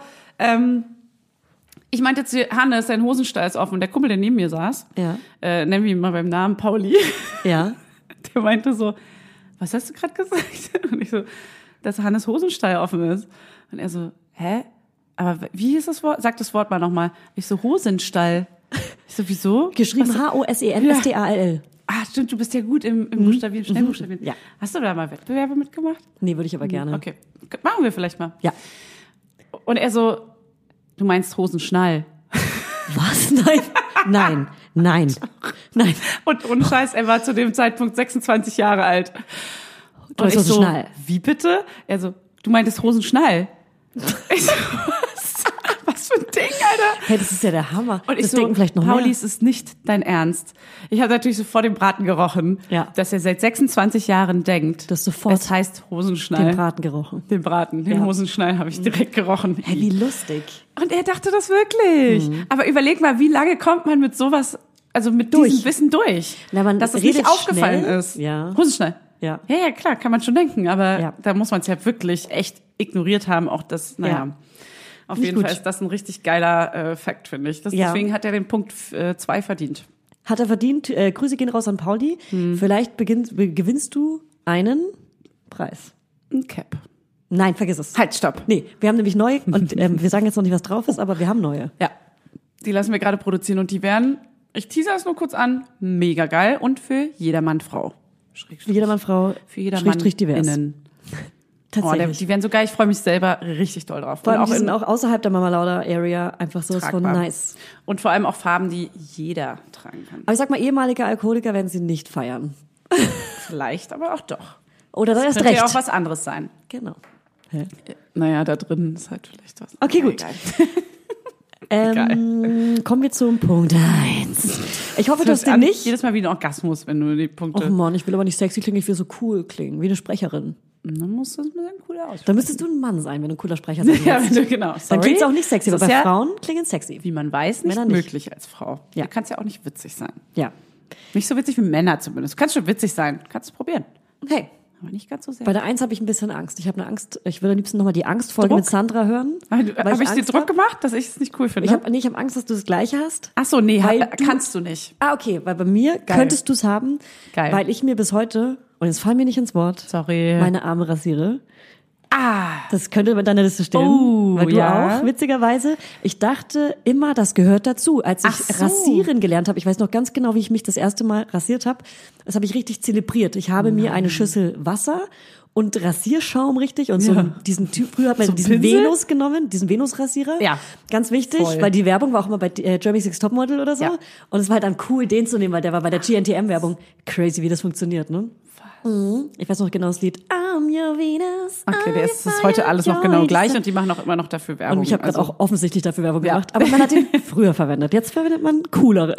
ich meinte jetzt, Hannes, sein Hosenstall ist offen. Und der Kumpel, der neben mir saß, nennen wir ihn mal beim Namen Pauli. Ja. Der meinte so, was hast du gerade gesagt? Und ich so, dass Hannes Hosenstall offen ist. Und er so, hä? Aber wie ist das Wort? Sag das Wort mal nochmal. Ich so, Hosenstall. Ich so, wieso? Geschrieben Hosenstall. Ah, stimmt, du bist ja gut im Buchstabieren, Schnellbuchstabieren. Ja. Hast du da mal Wettbewerbe mitgemacht? Nee, würde ich aber gerne. Okay, machen wir vielleicht mal. Ja. Und er so, du meinst Hosenschnall. Was? Nein. Und ohne Scheiß, er war zu dem Zeitpunkt 26 Jahre alt. Du meinst Hosenschnall. So, wie bitte? Er so, du meintest Hosenschnall. Ich so, was für ein Ding, Alter. Hey, das ist ja der Hammer. Und ich das so, denken vielleicht noch Pauli, mehr. es ist nicht dein Ernst. Ich habe natürlich sofort den Braten gerochen, dass er seit 26 Jahren denkt, das sofort es heißt Hosenschnall. Den Braten gerochen. Den Hosenschnall habe ich direkt gerochen. Hey, wie lustig. Und er dachte das wirklich. Aber überleg mal, wie lange kommt man mit sowas, also mit diesem Wissen durch, dass es nicht aufgefallen ist. Ja. Hosenschnall. Ja, klar, kann man schon denken, aber da muss man es ja wirklich echt ignoriert haben, auch das, auf jeden Fall ist das ein richtig geiler Fakt, finde ich. Deswegen hat er den Punkt 2 verdient. Hat er verdient. Grüße gehen raus an Pauli. Vielleicht gewinnst du einen Preis. Ein Cap. Nein, vergiss es. Halt, stopp. Nee, wir haben nämlich neue und wir sagen jetzt noch nicht, was drauf ist, aber wir haben neue. Ja, die lassen wir gerade produzieren und die werden, ich teaser es nur kurz an, mega geil und für jedermann Frau. Für jedermann Frau, für jedermann divers. Innen. Tatsächlich. Die werden so geil, ich freue mich selber richtig doll drauf. Vor allem, und die sind auch außerhalb der Mama Lauda Area einfach so von nice. Und vor allem auch Farben, die jeder tragen kann. Aber ich sag mal, ehemalige Alkoholiker werden sie nicht feiern. Vielleicht, aber auch doch. Oder dann das erst recht. Könnte ja auch was anderes sein. Genau. Naja, da drin ist halt vielleicht was. Okay, gut. Kommen wir zum Punkt 1. Ich hoffe, du hast den nicht. Jedes Mal wie ein Orgasmus, wenn du die Punkte... Oh Mann, ich will aber nicht sexy klingen, ich will so cool klingen, wie eine Sprecherin. Dann muss das ein bisschen cooler aussehen. Dann müsstest du ein Mann sein, wenn du ein cooler Sprecher sein willst. Ja, wenn du, genau. Sorry. Dann klingt es auch nicht sexy, aber bei Frauen klingen sexy. Wie man weiß, nicht möglich als Frau. Ja. Du kannst ja auch nicht witzig sein. Ja. Nicht so witzig wie Männer zumindest. Du kannst schon witzig sein, kannst du probieren. Hey. Aber nicht ganz so sehr. Bei der 1 habe ich ein bisschen Angst. Ich habe eine Angst. Ich will am liebsten nochmal die Angstfolge mit Sandra hören. Habe ich dir Druck gemacht, dass ich es nicht cool finde? Ich habe Angst, dass du das Gleiche hast. Ach so, nee, kannst du nicht. Ah, okay, weil bei mir könntest du es haben, geil. Weil ich mir bis heute, und jetzt fallen mir nicht ins Wort, sorry, meine Arme rasiere. Das könnte mit deiner Liste stehen. Weil du auch, witzigerweise. Ich dachte immer, das gehört dazu. Als ich rasieren gelernt habe, ich weiß noch ganz genau, wie ich mich das erste Mal rasiert habe, das habe ich richtig zelebriert. Ich habe mir eine Schüssel Wasser und Rasierschaum richtig und diesen Typ, früher hat man so diesen Pinsel? Venus genommen, diesen Venus-Rasierer. Ja. Ganz wichtig, weil die Werbung war auch immer bei Jeremy Six Topmodel oder so. Ja. Und es war halt dann cool, den zu nehmen, weil der war bei der GNTM-Werbung. Crazy, wie das funktioniert, ne? Ich weiß noch genau das Lied. I'm your Venus. Okay, der ist heute alles noch genau gleich und die machen auch immer noch dafür Werbung. Und ich habe gerade auch offensichtlich dafür Werbung gemacht, aber man hat ihn früher verwendet. Jetzt verwendet man coolere.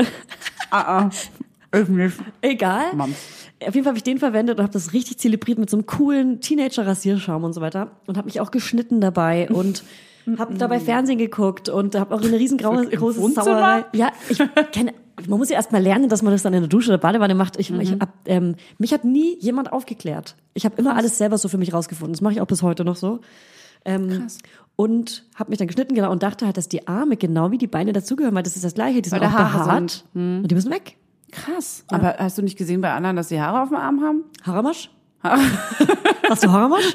Egal. Mann. Auf jeden Fall habe ich den verwendet und habe das richtig zelebriert mit so einem coolen Teenager-Rasierschaum und so weiter und habe mich auch geschnitten dabei und habe dabei Fernsehen geguckt und habe auch eine riesengroße Sauerei. Ja, man muss ja erst mal lernen, dass man das dann in der Dusche oder Badewanne macht. Mich hat nie jemand aufgeklärt. Ich habe immer alles selber so für mich rausgefunden. Das mache ich auch bis heute noch so. Krass. Und habe mich dann geschnitten, genau, und dachte halt, dass die Arme genau wie die Beine dazugehören, weil das ist das Gleiche. Die sind auch behaart und die müssen weg. Krass. Ja. Aber hast du nicht gesehen bei anderen, dass sie Haare auf dem Arm haben? Haramasch? Hast du Haramasch?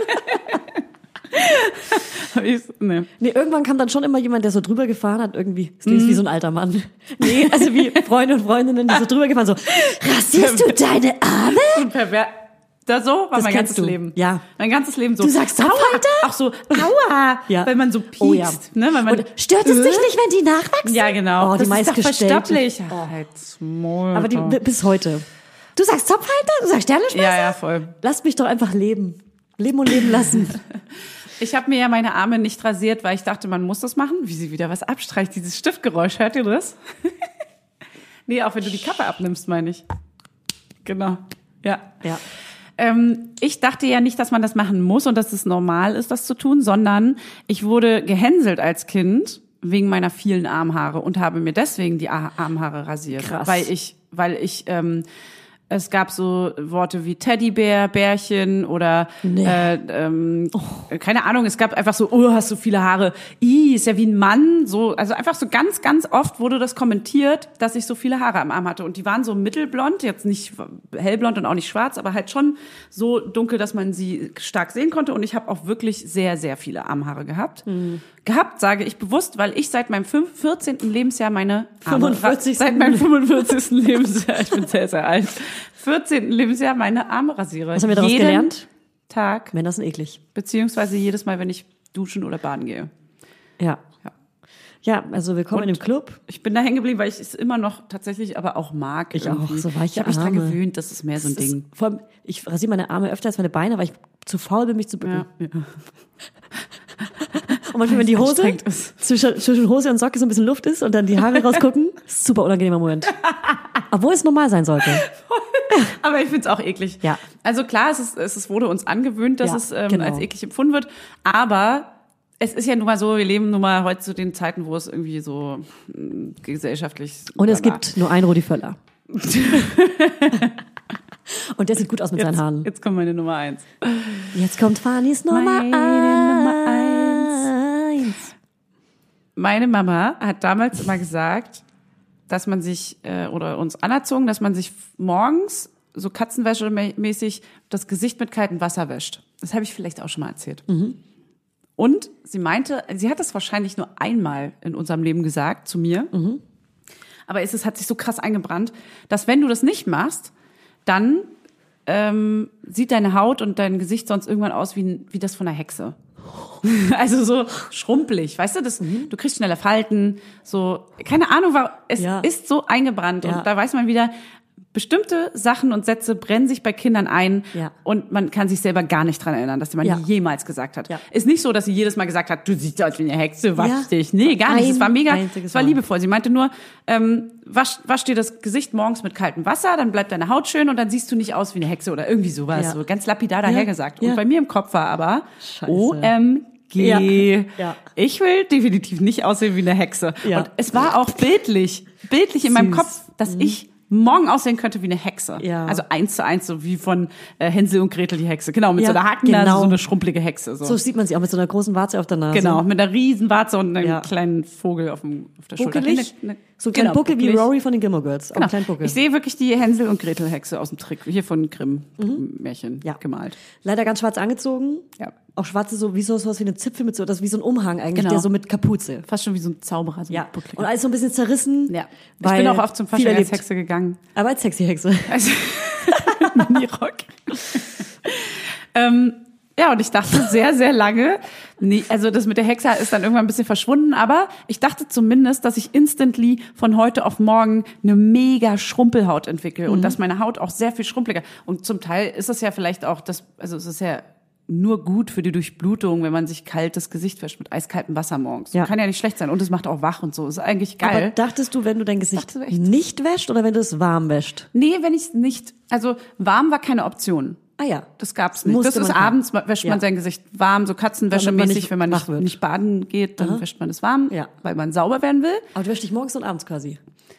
Nee, irgendwann kam dann schon immer jemand, der so drüber gefahren hat, irgendwie. Das klingt wie so ein alter Mann. Nee, also wie Freunde und Freundinnen, die so drüber gefahren, so, rasierst du deine Arme? So war das mein ganzes Leben. Ja. Mein ganzes Leben so. Du sagst Topfhalter? Auch so, aua, wenn man so piekst. Ne, wenn man, und stört es dich nicht, wenn die nachwachsen? Ja, genau. Oh, die meistgestellte. Aber die bis heute. Du sagst Topfhalter? Du sagst Sternenschmeißer? Ja, voll. Lass mich doch einfach leben. Leben und leben lassen. Ich habe mir ja meine Arme nicht rasiert, weil ich dachte, man muss das machen. Wie sie wieder was abstreicht, dieses Stiftgeräusch. Hört ihr das? Nee, auch wenn du die Kappe abnimmst, meine ich. Genau. Ja. Ich dachte ja nicht, dass man das machen muss und dass es normal ist, das zu tun, sondern ich wurde gehänselt als Kind wegen meiner vielen Armhaare und habe mir deswegen die Armhaare rasiert. Krass. Weil ich es gab so Worte wie Teddybär, Bärchen oder keine Ahnung, es gab einfach so, hast du viele Haare, ist ja wie ein Mann, so, also einfach so ganz, ganz oft wurde das kommentiert, dass ich so viele Haare am Arm hatte und die waren so mittelblond, jetzt nicht hellblond und auch nicht schwarz, aber halt schon so dunkel, dass man sie stark sehen konnte und ich habe auch wirklich sehr, sehr viele Armhaare gehabt. Gehabt, sage ich bewusst, weil ich seit meinem 14. Lebensjahr meine seit meinem 45. Lebensjahr, ich bin sehr, sehr alt, 14. Lebensjahr meine Arme rasiere. Was haben wir daraus gelernt? Tag. Männer sind eklig. Beziehungsweise jedes Mal, wenn ich duschen oder baden gehe. Ja, also willkommen in dem Club. Ich bin da hängen geblieben, weil ich es immer noch tatsächlich aber auch mag. Ich irgendwie. Auch, so weiche Ich habe mich dran gewöhnt, das ist mehr so ein Ding. Vor allem, ich rasiere meine Arme öfter als meine Beine, weil ich zu faul bin, mich zu bücken. Ja. Und manchmal, wenn die Hose zwischen Hose und Socke so ein bisschen Luft ist und dann die Haare rausgucken, super unangenehmer Moment. Obwohl es normal sein sollte. Aber ich find's auch eklig. Ja. Also klar, es wurde uns angewöhnt, dass es als eklig empfunden wird, aber es ist ja nun mal so, wir leben nun mal heute zu den Zeiten, wo es irgendwie so gesellschaftlich... Und es gibt nur einen Rudi Völler. Und der sieht gut aus mit seinen Haaren. Jetzt kommt meine Nummer 1. Jetzt kommt Fannys Nummer 1. Meine Mama hat damals immer gesagt, dass man sich, oder uns anerzogen, dass man sich morgens so Katzenwäsche-mäßig das Gesicht mit kaltem Wasser wäscht. Das habe ich vielleicht auch schon mal erzählt. Und sie meinte, sie hat das wahrscheinlich nur einmal in unserem Leben gesagt zu mir. Aber es hat sich so krass eingebrannt, dass wenn du das nicht machst, dann sieht deine Haut und dein Gesicht sonst irgendwann aus wie das von einer Hexe. Also so schrumpelig, weißt du, du kriegst schneller Falten, so, keine Ahnung, es ist so eingebrannt und da weiß man wieder, bestimmte Sachen und Sätze brennen sich bei Kindern ein und man kann sich selber gar nicht dran erinnern, dass man die jemals gesagt hat. Ist nicht so, dass sie jedes Mal gesagt hat, du siehst aus wie eine Hexe, wasch dich. Nee, gar nicht. Es war mega, es war liebevoll. Sie meinte nur, wasch dir das Gesicht morgens mit kaltem Wasser, dann bleibt deine Haut schön und dann siehst du nicht aus wie eine Hexe oder irgendwie sowas. So ganz lapidar dahergesagt. Und bei mir im Kopf war aber, OMG. Ich will definitiv nicht aussehen wie eine Hexe. Und es war auch bildlich in meinem Kopf, dass ich morgen aussehen könnte wie eine Hexe. Also 1:1, so wie von Hänsel und Gretel die Hexe. Genau, mit so einer Hakennase, so eine schrumpelige Hexe. So sieht man sie auch mit so einer großen Warze auf der Nase. Genau, mit einer riesen Warze und einem kleinen Vogel auf der Schulter. So ein kleiner Buckel wie Rory von den Gilmore Girls. Genau. Kleinen Buckel. Ich sehe wirklich die Hänsel und Gretel Hexe aus dem Trick, hier von Grimm Märchen gemalt. Leider ganz schwarz angezogen. Auch schwarze, so wie sowas wie eine Zipfel mit so, das ist wie so ein Umhang eigentlich, der so mit Kapuze. Fast schon wie so ein Zauberer. So und alles so ein bisschen zerrissen. Ja. Ich bin auch oft zum Fasching als Hexe gegangen. Aber als sexy Hexe. Also, Mini-Rock. Ja, und ich dachte sehr, sehr lange, nee, also das mit der Hexe ist dann irgendwann ein bisschen verschwunden, aber ich dachte zumindest, dass ich instantly von heute auf morgen eine mega Schrumpelhaut entwickle und dass meine Haut auch sehr viel schrumpeliger. Und zum Teil ist es ja vielleicht auch also es ist ja nur gut für die Durchblutung, wenn man sich kaltes Gesicht wäscht mit eiskaltem Wasser morgens. Ja. Kann ja nicht schlecht sein und es macht auch wach und so. Ist eigentlich geil. Aber dachtest du, wenn du dein Gesicht nicht wäscht oder wenn du es warm wäscht? Nee, wenn ich es nicht, also warm war keine Option. Ah ja. Das gab's nicht. Das ist abends, wäscht man sein Gesicht warm, so Katzenwäschemäßig, wenn man nicht baden geht, dann wäscht man es warm, weil man sauber werden will. Aber du wäschst dich morgens und abends quasi?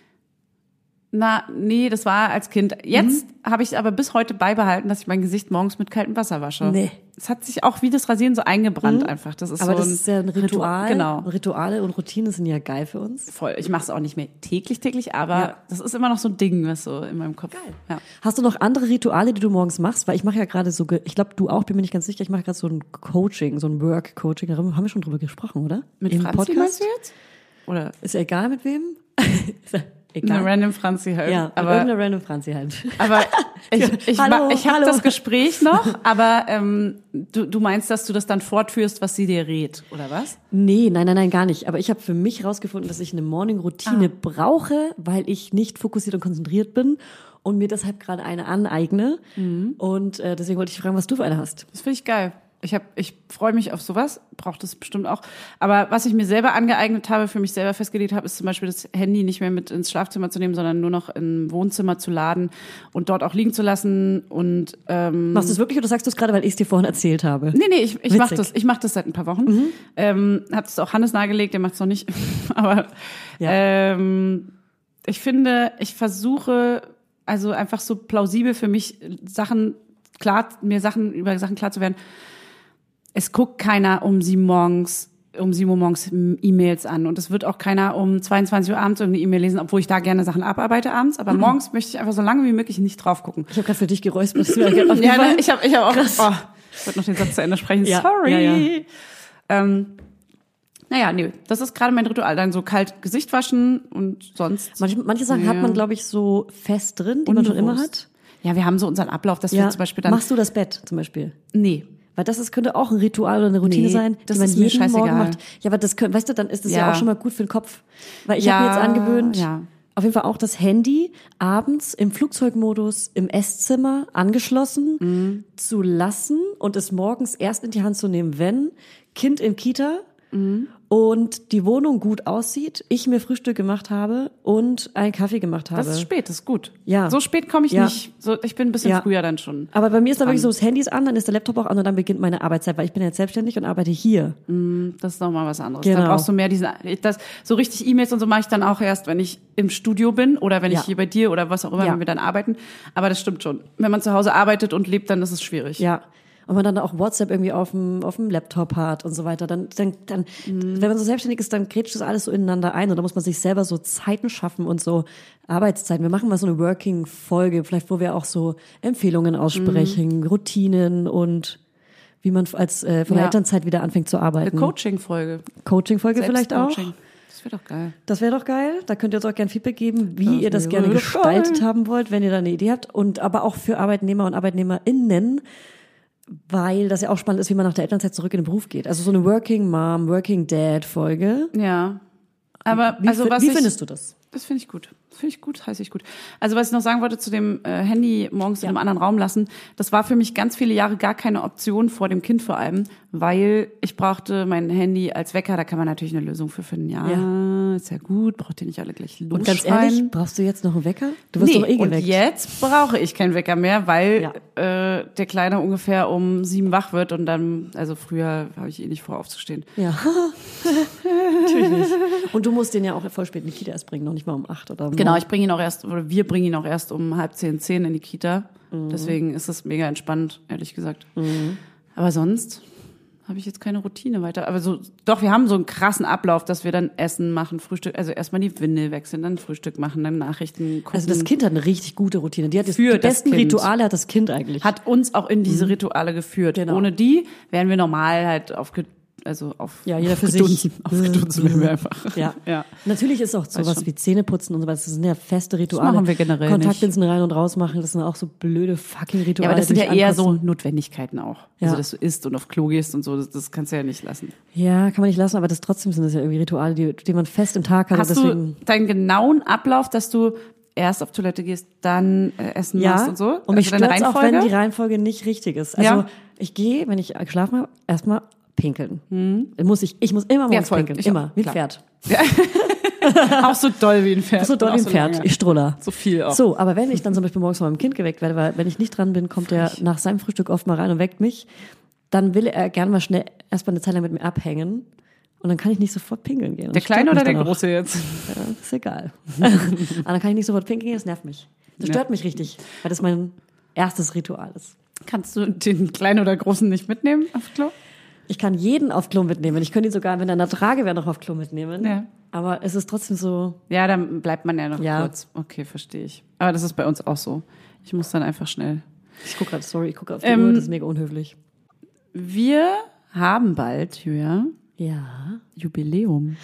Nee, das war als Kind. Jetzt habe ich aber bis heute beibehalten, dass ich mein Gesicht morgens mit kaltem Wasser wasche. Nee. Es hat sich auch wie das Rasieren so eingebrannt einfach. Das ist aber so das ist ja ein Ritual. Genau. Rituale und Routinen sind ja geil für uns. Voll. Ich mache es auch nicht mehr täglich, aber das ist immer noch so ein Ding, was so in meinem Kopf. Geil. Ja. Hast du noch andere Rituale, die du morgens machst? Weil ich mache ja gerade so, ich glaube, du auch, bin mir nicht ganz sicher, ich mache gerade so ein Coaching, so ein Work-Coaching. Da haben wir schon drüber gesprochen, oder? Mit Franzi meinst du jetzt? Oder? Ist ja egal mit wem. Egal. Eine random Franzi halt. Ja, aber irgendeine random Franzi halt. Aber ich habe das Gespräch noch, aber du meinst, dass du das dann fortführst, was sie dir rät, oder was? Nee, nein, gar nicht. Aber ich habe für mich rausgefunden, dass ich eine Morning-Routine brauche, weil ich nicht fokussiert und konzentriert bin und mir deshalb gerade eine aneigne. Und deswegen wollte ich fragen, was du für eine hast. Das finde ich geil. Ich freue mich auf sowas, braucht das bestimmt auch. Aber was ich mir selber angeeignet habe, für mich selber festgelegt habe, ist zum Beispiel das Handy nicht mehr mit ins Schlafzimmer zu nehmen, sondern nur noch im Wohnzimmer zu laden und dort auch liegen zu lassen. Und machst du es wirklich oder sagst du es gerade, weil ich es dir vorhin erzählt habe? Nee, ich mache das. Ich mache das seit ein paar Wochen. Hab das auch Hannes nahegelegt, der macht es noch nicht. Aber ich finde, ich versuche also einfach so plausibel für mich über Sachen klar zu werden. Es guckt keiner um 7 Uhr morgens E-Mails an und es wird auch keiner um 22 Uhr abends irgendeine E-Mail lesen, obwohl ich da gerne Sachen abarbeite abends, aber morgens möchte ich einfach so lange wie möglich nicht drauf gucken. Ich habe gerade für dich geräuspert. Ich habe auch ich wollte noch den Satz zu Ende sprechen. Ja, sorry. Ja. Nee, das ist gerade mein Ritual. Dann so kalt Gesicht waschen und sonst. Manche Sachen hat man, glaube ich, so fest drin, die man schon immer hat. Ja, wir haben so unseren Ablauf, dass wir zum Beispiel dann. Machst du das Bett zum Beispiel? Nee. Weil könnte auch ein Ritual oder eine Routine sein, die man jeden Morgen macht. Ja, aber weißt du, dann ist das ja auch schon mal gut für den Kopf. Weil ich habe mir jetzt angewöhnt, auf jeden Fall auch das Handy abends im Flugzeugmodus im Esszimmer angeschlossen zu lassen und es morgens erst in die Hand zu nehmen, wenn Kind in Kita und die Wohnung gut aussieht, ich mir Frühstück gemacht habe und einen Kaffee gemacht habe. Das ist spät, das ist gut. Ja. So spät komme ich nicht. So, ich bin ein bisschen früher dann schon. Aber bei mir ist dann wirklich so, das Handy ist an, dann ist der Laptop auch an und dann beginnt meine Arbeitszeit, weil ich bin jetzt selbstständig und arbeite hier. Das ist nochmal was anderes. Genau. Da brauchst du mehr so richtig E-Mails und so mache ich dann auch erst, wenn ich im Studio bin oder wenn ich hier bei dir oder was auch immer, wenn wir dann arbeiten. Aber das stimmt schon. Wenn man zu Hause arbeitet und lebt, dann ist es schwierig. Ja. Und man dann auch WhatsApp irgendwie auf dem Laptop hat und so weiter, dann wenn man so selbstständig ist, dann grätscht das alles so ineinander ein und da muss man sich selber so Zeiten schaffen und so Arbeitszeiten. Wir machen mal so eine Working-Folge, vielleicht wo wir auch so Empfehlungen aussprechen, Routinen und wie man von der Elternzeit wieder anfängt zu arbeiten. Eine Coaching-Folge. Coaching-Folge vielleicht auch. Das wäre doch geil. Das wäre doch geil. Da könnt ihr uns auch gerne Feedback geben, wie ihr das gerne gestaltet haben wollt, wenn ihr da eine Idee habt. Und aber auch für Arbeitnehmer und ArbeitnehmerInnen, weil das ja auch spannend ist, wie man nach der Elternzeit zurück in den Beruf geht. Also so eine Working Mom, Working Dad Folge. Ja. Aber wie findest du das? Das finde ich gut. Heiße ich gut. Also was ich noch sagen wollte zu dem Handy morgens in einem anderen Raum lassen, das war für mich ganz viele Jahre gar keine Option, vor dem Kind vor allem, weil ich brauchte mein Handy als Wecker, da kann man natürlich eine Lösung für finden. Ja, ist ja gut, braucht ihr nicht alle gleich losschreien. Und ganz ehrlich, brauchst du jetzt noch einen Wecker? Du wirst doch geweckt. Und jetzt brauche ich keinen Wecker mehr, weil der Kleine ungefähr um 7 wach wird und dann, also früher habe ich nicht vor aufzustehen. Ja, natürlich nicht. Und du musst den ja auch voll spät in die Kita erst bringen, noch nicht mal um 8 oder um Genau, wir bringen ihn auch erst um 9:30, in die Kita. Deswegen ist es mega entspannt, ehrlich gesagt. Aber sonst, habe ich jetzt keine Routine weiter. Aber doch, wir haben so einen krassen Ablauf, dass wir dann Essen machen, Frühstück, also erstmal die Windel wechseln, dann Frühstück machen, dann Nachrichten gucken. Also das Kind hat eine richtig gute Routine. Die besten Rituale hat das Kind eigentlich. Hat uns auch in diese Rituale geführt. Genau. Ohne die wären wir normal halt jeder für sich. Aufgedunsen wären wir einfach. Ja. Natürlich ist auch sowas wie Zähneputzen und sowas. Das sind ja feste Rituale. Das machen wir generell Kontaktlinsen rein und raus machen. Das sind auch so blöde fucking Rituale. Ja, aber das sind ja eher so Notwendigkeiten auch. Ja. Also, dass du isst und auf Klo gehst und so. Das kannst du ja nicht lassen. Ja, kann man nicht lassen. Aber trotzdem sind das ja irgendwie Rituale, die man fest im Tag hat. Hast du deinen genauen Ablauf, dass du erst auf Toilette gehst, dann essen machst und so? Und mich stört's auch, wenn die Reihenfolge nicht richtig ist. Also ich gehe, wenn ich geschlafen habe, erstmal pinkeln. Ich muss immer morgens pinkeln. Immer. Wie ein Pferd. Ja. Auch so doll wie ein Pferd. So doll wie ein Pferd. Ich struller. So viel auch. So, aber wenn ich dann zum Beispiel morgens von meinem Kind geweckt werde, weil wenn ich nicht dran bin, kommt er nach seinem Frühstück oft mal rein und weckt mich, dann will er gerne mal schnell erstmal eine Zeit lang mit mir abhängen. Und dann kann ich nicht sofort pinkeln gehen. Der Kleine oder der Große jetzt? Ja, ist egal. Aber dann kann ich nicht sofort pinkeln gehen, das nervt mich. Das stört mich richtig, weil das mein erstes Ritual ist. Kannst du den Kleinen oder Großen nicht mitnehmen auf Klo? Ich kann jeden auf Klo mitnehmen. Ich könnte ihn sogar, wenn er in der Trage wäre, noch auf Klo mitnehmen. Ja. Aber es ist trotzdem so... Ja, dann bleibt man ja noch kurz. Okay, verstehe ich. Aber das ist bei uns auch so. Ich muss dann einfach schnell... Ich gucke auf die Uhr, das ist mega unhöflich. Wir haben bald, Julia, Jubiläum.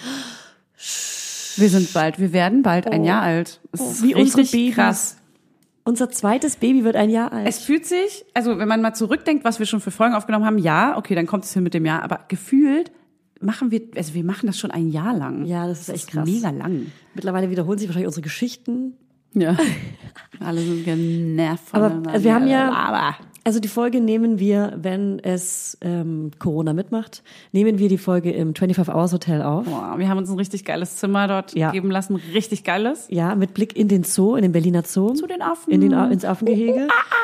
Wir werden bald ein Jahr alt. Das ist wie richtig krass. Unser zweites Baby wird ein Jahr alt. Es fühlt sich, also wenn man mal zurückdenkt, was wir schon für Folgen aufgenommen haben, ja, okay, dann kommt es hin mit dem Jahr, aber gefühlt wir machen das schon ein Jahr lang. Ja, das ist echt krass. Mega lang. Mittlerweile wiederholen sich wahrscheinlich unsere Geschichten. Ja. Alle sind genervt von aber wir haben also die Folge nehmen wir, wenn es Corona mitmacht, nehmen wir die Folge im 25 Hours Hotel auf. Boah, wir haben uns ein richtig geiles Zimmer dort geben lassen, richtig geiles. Ja, mit Blick in den Zoo, in den Berliner Zoo. Zu den Affen. Ins Affengehege.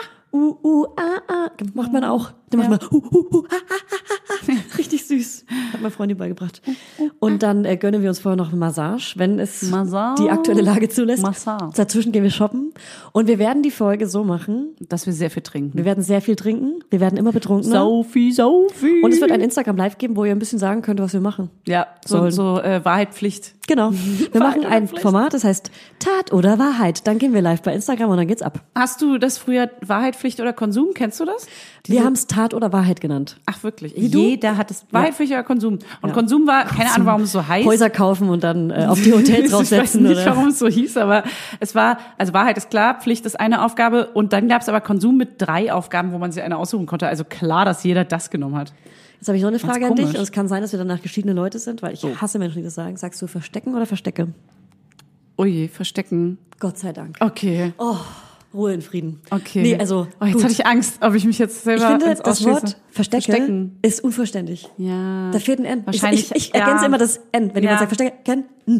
Macht man auch. Dann macht man richtig süß. Hat meine Freundin beigebracht. Und dann gönnen wir uns vorher noch eine Massage, wenn es die aktuelle Lage zulässt. Dazwischen gehen wir shoppen. Und wir werden die Folge so machen, dass wir sehr viel trinken. Wir werden sehr viel trinken. Wir werden immer betrunken. Sophie. Und es wird ein Instagram-Live geben, wo ihr ein bisschen sagen könnt, was wir machen. Ja, so Wahrheit, Pflicht. Genau. Wir machen ein Format, das heißt Tat oder Wahrheit. Dann gehen wir live bei Instagram und dann geht's ab. Hast du das früher Wahrheit, Pflicht oder Konsum? Kennst du das? Wir haben es Tat oder Wahrheit genannt. Ach wirklich? Jeder hat es Wahrheit, Pflicht oder Konsum. Und Konsum war, keine Ahnung, warum es so heißt. Häuser kaufen und dann auf die Hotels draufsetzen. Ich weiß nicht, warum es so hieß, aber es war, also Wahrheit ist klar, Pflicht ist eine Aufgabe und dann gab es aber Konsum mit 3 Aufgaben, wo man sich eine aussuchen konnte. Also klar, dass jeder das genommen hat. Jetzt habe ich noch eine Frage an dich und es kann sein, dass wir danach geschiedene Leute sind, weil ich hasse Menschen, die das sagen. Sagst du verstecken oder verstecke? Ui, verstecken. Gott sei Dank. Okay. Oh, Ruhe in Frieden. Okay. Nee, also jetzt hatte ich Angst, ob ich mich jetzt selber Ich finde, das Wort verstecken ist unvollständig. Ja. Da fehlt ein N. Wahrscheinlich, ich ergänze immer das N, wenn jemand sagt verstecken.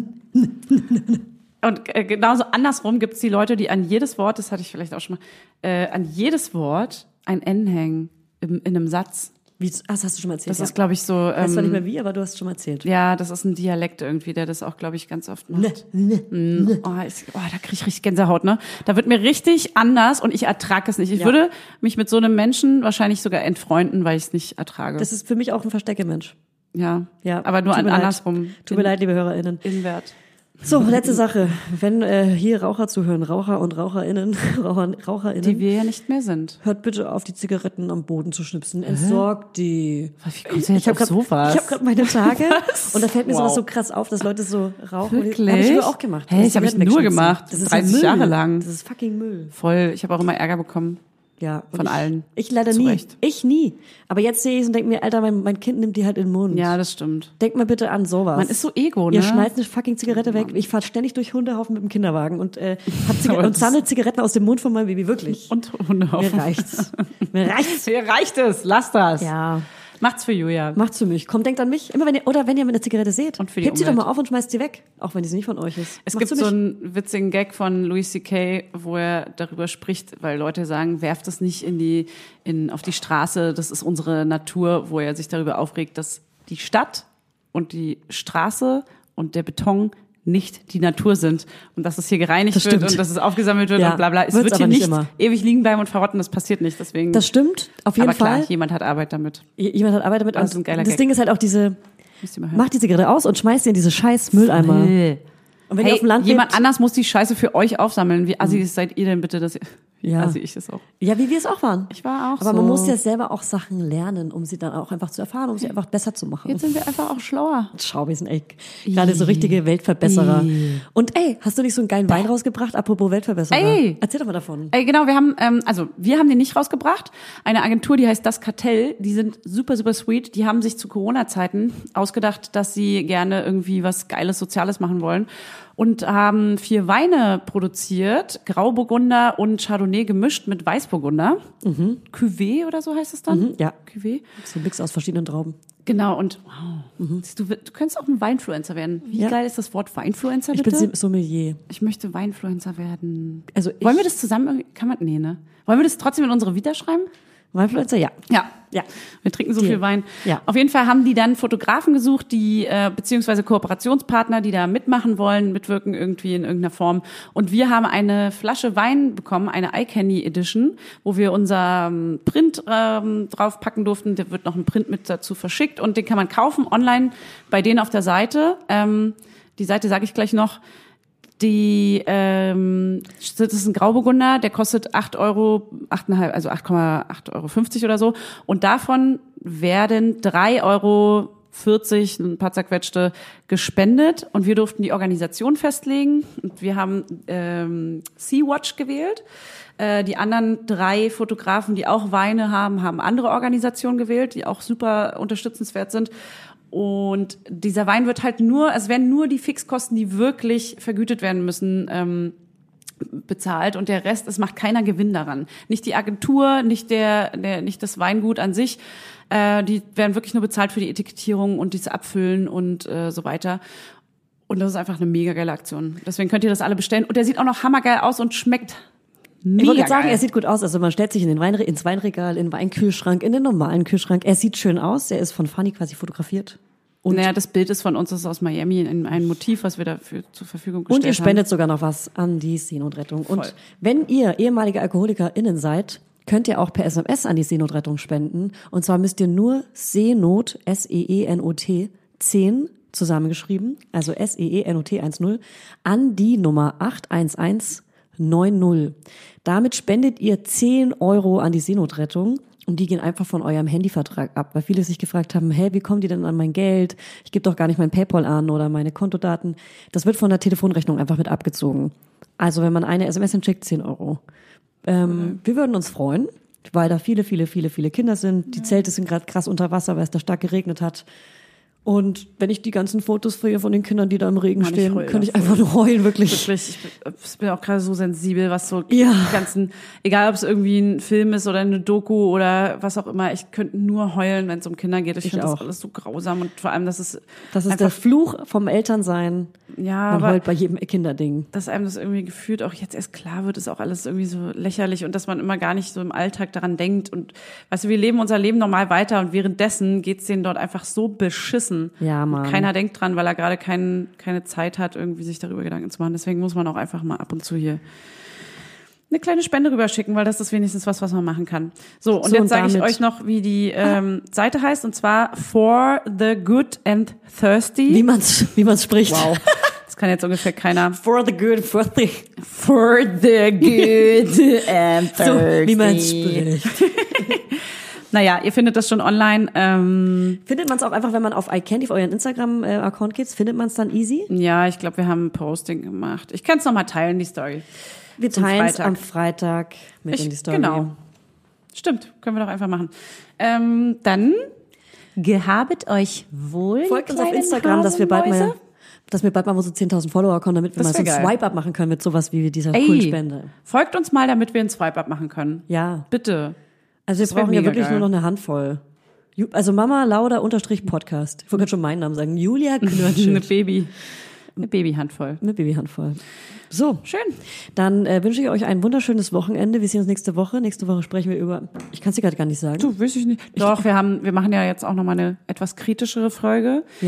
Und genauso andersrum gibt es die Leute, die an jedes Wort, das hatte ich vielleicht auch schon mal, an jedes Wort ein N hängen in einem Satz. Das hast du schon mal erzählt. Das ist, glaube ich, so. Weiß zwar nicht mehr wie, aber du hast es schon mal erzählt. Ja, das ist ein Dialekt irgendwie, der das auch, glaube ich, ganz oft macht. Da kriege ich richtig Gänsehaut, ne? Da wird mir richtig anders und ich ertrage es nicht. Ich würde mich mit so einem Menschen wahrscheinlich sogar entfreunden, weil ich es nicht ertrage. Das ist für mich auch ein Verstecke-Mensch. Ja, aber nur andersrum. Tut mir leid, liebe HörerInnen. Inwert. So, letzte Sache. Wenn hier Raucher zuhören, Raucher und RaucherInnen, RaucherInnen, die wir ja nicht mehr sind, hört bitte auf, die Zigaretten am Boden zu schnipsen. Entsorgt die. Wie kommst du jetzt auf sowas? Ich habe gerade meine Tage und da fällt mir sowas so krass auf, dass Leute so rauchen. Wirklich? Habe ich früher auch gemacht. Hey, das habe ich nur gemacht. Das ist 30 Jahre lang. Das ist fucking Müll. Voll. Ich habe auch immer Ärger bekommen. Ja. Von allen. Ich leider nie. Recht. Ich nie. Aber jetzt sehe ich es und denke mir, Alter, mein Kind nimmt die halt in den Mund. Ja, das stimmt. Denk mal bitte an sowas. Man ist so ego, ne? Ihr schneidet eine fucking Zigarette weg. Ich fahre ständig durch Hundehaufen mit dem Kinderwagen und sammelt Zigaretten aus dem Mund von meinem Baby, wirklich. Und Hundehaufen. Mir reicht's. Mir reicht es. Lass das. Ja. Macht's für Julia. Macht's für mich. Komm, denkt an mich. Immer wenn ihr mit einer Zigarette seht. Und für die hebt sie doch mal auf und schmeißt sie weg. Auch wenn sie nicht von euch ist. Es gibt so einen witzigen Gag von Louis C.K., wo er darüber spricht, weil Leute sagen, werft es nicht auf die Straße. Das ist unsere Natur, wo er sich darüber aufregt, dass die Stadt und die Straße und der Beton nicht die Natur sind und dass es hier gereinigt wird und dass es aufgesammelt wird und bla bla. Es Wird's wird hier nicht ewig liegen bleiben und verrotten, das passiert nicht. Deswegen. Das stimmt, auf jeden Fall. Aber klar, jemand hat Arbeit damit. Jemand hat Arbeit damit. Das ist ein geiler Gag. Ding ist halt auch mach die Zigarette aus und schmeiß sie in diese scheiß Mülleimer. Und wenn ihr auf dem Land jemand anders muss die Scheiße für euch aufsammeln. Wie assi seid ihr denn bitte, dass ihr... Ja. Assi ich das auch. Ja, wie wir es auch waren. Ich war auch Aber man muss ja selber auch Sachen lernen, um sie dann auch einfach zu erfahren, um sie einfach besser zu machen. Jetzt sind wir einfach auch schlauer. Schau, wir sind echt gerade so richtige Weltverbesserer. Und hast du nicht so einen geilen Wein rausgebracht? Apropos Weltverbesserer. Erzähl doch mal davon. Genau, wir haben den nicht rausgebracht. Eine Agentur, die heißt Das Kartell, die sind super, super sweet. Die haben sich zu Corona-Zeiten ausgedacht, dass sie gerne irgendwie was Geiles, Soziales machen wollen. Und haben 4 Weine produziert, Grauburgunder und Chardonnay gemischt mit Weißburgunder. Cuvée oder so heißt es dann? Ja. Cuvée. So ein Mix aus verschiedenen Trauben. Genau, und wow. Du könntest auch ein Weinfluencer werden. Wie geil ist das Wort Weinfluencer, bitte? Ich bin Sommelier. Ich möchte Weinfluencer werden. Also wollen wir das zusammen, Nee, ne? Wollen wir das trotzdem in unsere Vita schreiben? Weinfluencer, ja. Ja. Wir trinken so viel Wein. Ja. Auf jeden Fall haben die dann Fotografen gesucht, die beziehungsweise Kooperationspartner, die da mitmachen wollen, mitwirken irgendwie in irgendeiner Form. Und wir haben eine Flasche Wein bekommen, eine Eye Candy Edition, wo wir unser Print draufpacken durften. Da wird noch ein Print mit dazu verschickt und den kann man kaufen online bei denen auf der Seite. Die Seite sage ich gleich noch. Das ist ein Grauburgunder, der kostet 8,50 also 8,50 € oder so. Und davon werden 3,40 €, ein paar zerquetschte, gespendet. Und wir durften die Organisation festlegen. Und wir haben Sea-Watch gewählt. Die anderen 3 Fotografen, die auch Weine haben, haben andere Organisationen gewählt, die auch super unterstützenswert sind. Und dieser Wein wird halt es werden nur die Fixkosten, die wirklich vergütet werden müssen, bezahlt. Und der Rest, es macht keiner Gewinn daran. Nicht die Agentur, nicht das Weingut an sich. Die werden wirklich nur bezahlt für die Etikettierung und dieses Abfüllen und so weiter. Und das ist einfach eine mega geile Aktion. Deswegen könnt ihr das alle bestellen. Und der sieht auch noch hammergeil aus und schmeckt mega ich wollte jetzt sagen, geil. Er sieht gut aus. Also man stellt sich ins Weinregal, in den Weinkühlschrank, in den normalen Kühlschrank. Er sieht schön aus. Er ist von Fanny quasi fotografiert. Und das Bild ist von uns, das ist aus Miami, ein Motiv, was wir dafür zur Verfügung gestellt haben. Und ihr spendet sogar noch was an die Seenotrettung. Voll. Und wenn ihr ehemalige AlkoholikerInnen seid, könnt ihr auch per SMS an die Seenotrettung spenden. Und zwar müsst ihr nur Seenot, S-E-E-N-O-T, 10 zusammengeschrieben, also SEENOT 10, an die Nummer 81190. Damit spendet ihr 10 € an die Seenotrettung. Und die gehen einfach von eurem Handyvertrag ab, weil viele sich gefragt haben, wie kommen die denn an mein Geld? Ich gebe doch gar nicht mein PayPal an oder meine Kontodaten. Das wird von der Telefonrechnung einfach mit abgezogen. Also wenn man eine SMS hinschickt, 10 €. Wir würden uns freuen, weil da viele, viele, viele, viele Kinder sind. Die Zelte sind gerade krass unter Wasser, weil es da stark geregnet hat. Und wenn ich die ganzen Fotos sehe von den Kindern, die da im Regen stehen, könnte ich einfach nur heulen, wirklich. Ich bin auch gerade so sensibel, was so die ganzen, egal ob es irgendwie ein Film ist oder eine Doku oder was auch immer, ich könnte nur heulen, wenn es um Kinder geht. Ich finde das alles so grausam und vor allem, das ist der Fluch vom Elternsein. Ja, man heult bei jedem Kinderding. Dass einem das irgendwie gefühlt auch jetzt erst klar wird, ist auch alles irgendwie so lächerlich und dass man immer gar nicht so im Alltag daran denkt und weißt du, wir leben unser Leben normal weiter und währenddessen geht's denen dort einfach so beschissen. Ja, Mann. Und keiner denkt dran, weil er gerade keine Zeit hat, irgendwie sich darüber Gedanken zu machen. Deswegen muss man auch einfach mal ab und zu hier eine kleine Spende rüberschicken, weil das ist wenigstens was man machen kann. So, und jetzt sage ich euch noch, wie die Seite heißt, und zwar For the Good and Thirsty. Wie man's spricht. Wow. Das kann jetzt ungefähr keiner. For the good and thirsty. So, wie man's spricht. Naja, ihr findet das schon online. Findet man es auch einfach, wenn man auf iCandy, auf euren Instagram-Account geht, findet man es dann easy? Ja, ich glaube, wir haben ein Posting gemacht. Ich kann es nochmal teilen, die Story. Wir teilen es am Freitag in die Story. Genau. Stimmt, können wir doch einfach machen. Dann gehabet euch wohl. Folgt uns auf Instagram, dass wir bald mal so 10.000 Follower kommen, damit wir mal so ein Swipe-Up machen können mit sowas wie dieser coolen Spende. Folgt uns mal, damit wir ein Swipe-Up machen können. Ja. Bitte. Also wir brauchen ja wirklich nur noch eine Handvoll. Also Mama Lauda _ Ich wollte gerade schon meinen Namen sagen. Julia Knirschel. Eine Babyhandvoll. Eine Babyhandvoll. So. Schön. Dann wünsche ich euch ein wunderschönes Wochenende. Wir sehen uns nächste Woche. Nächste Woche sprechen wir über, ich kann es dir gerade gar nicht sagen. Du, weiß ich nicht. Doch, wir machen ja jetzt auch nochmal eine etwas kritischere Folge. Ja.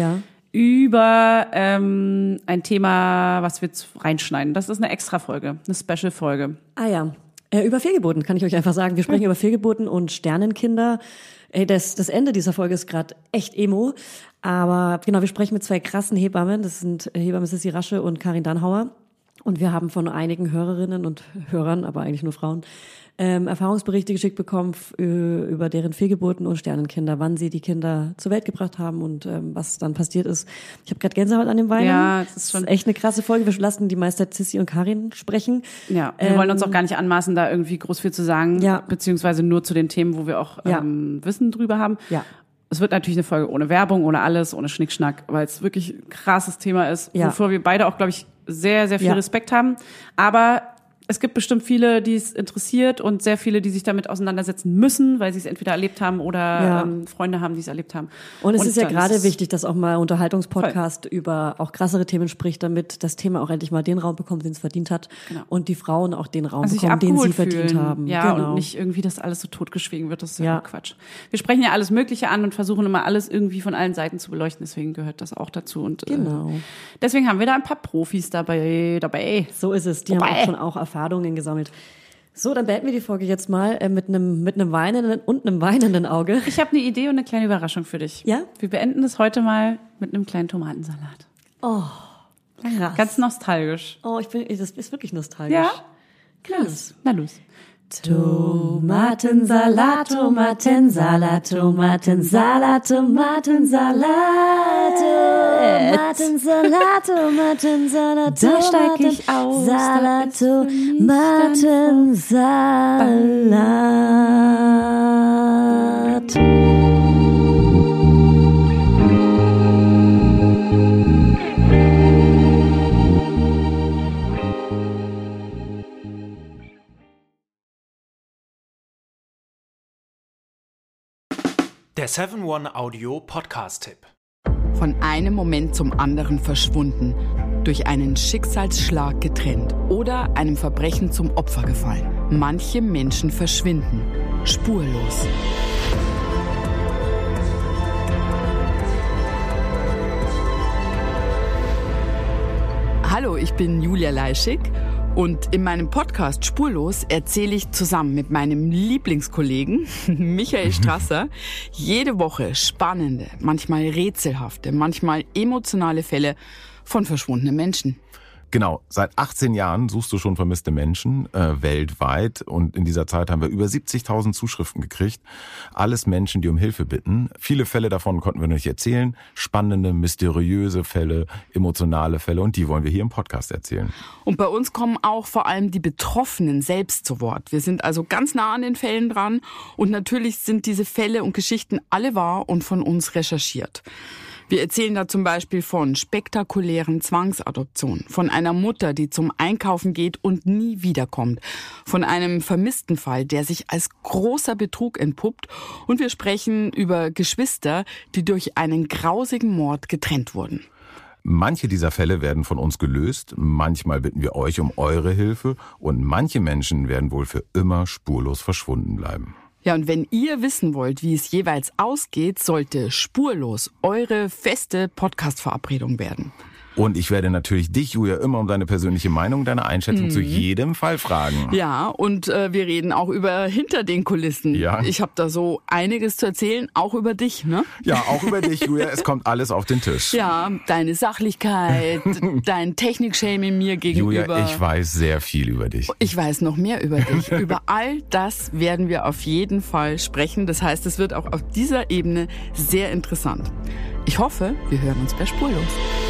über ein Thema, was wir reinschneiden. Das ist eine Extra-Folge, eine Special-Folge. Ah ja, über Fehlgeburten kann ich euch einfach sagen. Wir sprechen über Fehlgeburten und Sternenkinder. Das Ende dieser Folge ist gerade echt emo. Aber genau, wir sprechen mit 2 krassen Hebammen. Das sind Hebamme Sissi Rasche und Karin Dannhauer. Und wir haben von einigen Hörerinnen und Hörern, aber eigentlich nur Frauen, Erfahrungsberichte geschickt bekommen über deren Fehlgeburten und Sternenkinder, wann sie die Kinder zur Welt gebracht haben und was dann passiert ist. Ich habe gerade Gänsehaut an dem Weinen. Ja, das ist echt eine krasse Folge. Wir lassen die Meister Sissi und Karin sprechen. Ja, wir wollen uns auch gar nicht anmaßen, da irgendwie groß viel zu sagen, beziehungsweise nur zu den Themen, wo wir auch Wissen drüber haben. Ja. Es wird natürlich eine Folge ohne Werbung, ohne alles, ohne Schnickschnack, weil es wirklich ein krasses Thema ist, wovor wir beide auch, glaube ich, sehr, sehr viel Respekt haben. Aber es gibt bestimmt viele, die es interessiert und sehr viele, die sich damit auseinandersetzen müssen, weil sie es entweder erlebt haben oder Freunde haben, die es erlebt haben. Und es ist ja gerade wichtig, dass auch mal Unterhaltungspodcast über auch krassere Themen spricht, damit das Thema auch endlich mal den Raum bekommt, den es verdient hat. Genau. Und die Frauen auch den Raum bekommen, den sie verdient haben. Ja, genau. Und nicht irgendwie, dass alles so totgeschwiegen wird. Das ist ja Quatsch. Wir sprechen ja alles Mögliche an und versuchen immer alles irgendwie von allen Seiten zu beleuchten. Deswegen gehört das auch dazu. Und deswegen haben wir da ein paar Profis dabei. So ist es. Die haben auch schon Erfahrungen gesammelt. So, dann beenden wir die Folge jetzt mal mit einem weinenden und einem weinenden Auge. Ich habe eine Idee und eine kleine Überraschung für dich. Ja? Wir beenden das heute mal mit einem kleinen Tomatensalat. Oh, krass. Ganz nostalgisch. Oh, das ist wirklich nostalgisch. Ja? Krass. Na los. Tomatensalat, Tomatensalat, Tomatensalat, Tomatensalat, Tomatensalat, Tomatensalat, da steig ich aus, Salat, Tomatensalat. Der 7-One Audio Podcast-Tipp. Von einem Moment zum anderen verschwunden, durch einen Schicksalsschlag getrennt oder einem Verbrechen zum Opfer gefallen. Manche Menschen verschwinden spurlos. Hallo, ich bin Julia Leischig. Und in meinem Podcast Spurlos erzähle ich zusammen mit meinem Lieblingskollegen Michael Strasser jede Woche spannende, manchmal rätselhafte, manchmal emotionale Fälle von verschwundenen Menschen. Genau, seit 18 Jahren suchst du schon vermisste Menschen weltweit und in dieser Zeit haben wir über 70.000 Zuschriften gekriegt. Alles Menschen, die um Hilfe bitten. Viele Fälle davon konnten wir noch nicht erzählen. Spannende, mysteriöse Fälle, emotionale Fälle und die wollen wir hier im Podcast erzählen. Und bei uns kommen auch vor allem die Betroffenen selbst zu Wort. Wir sind also ganz nah an den Fällen dran und natürlich sind diese Fälle und Geschichten alle wahr und von uns recherchiert. Wir erzählen da zum Beispiel von spektakulären Zwangsadoptionen, von einer Mutter, die zum Einkaufen geht und nie wiederkommt, von einem vermissten Fall, der sich als großer Betrug entpuppt und wir sprechen über Geschwister, die durch einen grausigen Mord getrennt wurden. Manche dieser Fälle werden von uns gelöst, manchmal bitten wir euch um eure Hilfe und manche Menschen werden wohl für immer spurlos verschwunden bleiben. Ja, und wenn ihr wissen wollt, wie es jeweils ausgeht, sollte Spurlos eure feste Podcast-Verabredung werden. Und ich werde natürlich dich, Julia, immer um deine persönliche Meinung, deine Einschätzung zu jedem Fall fragen. Ja, und wir reden auch über hinter den Kulissen. Ja. Ich habe da so einiges zu erzählen, auch über dich, ne? Ja, auch über dich, Julia. Es kommt alles auf den Tisch. Ja, deine Sachlichkeit, dein Technik-Shaming mir gegenüber. Julia, ich weiß sehr viel über dich. Ich weiß noch mehr über dich. Über all das werden wir auf jeden Fall sprechen. Das heißt, es wird auch auf dieser Ebene sehr interessant. Ich hoffe, wir hören uns bei Spurlos.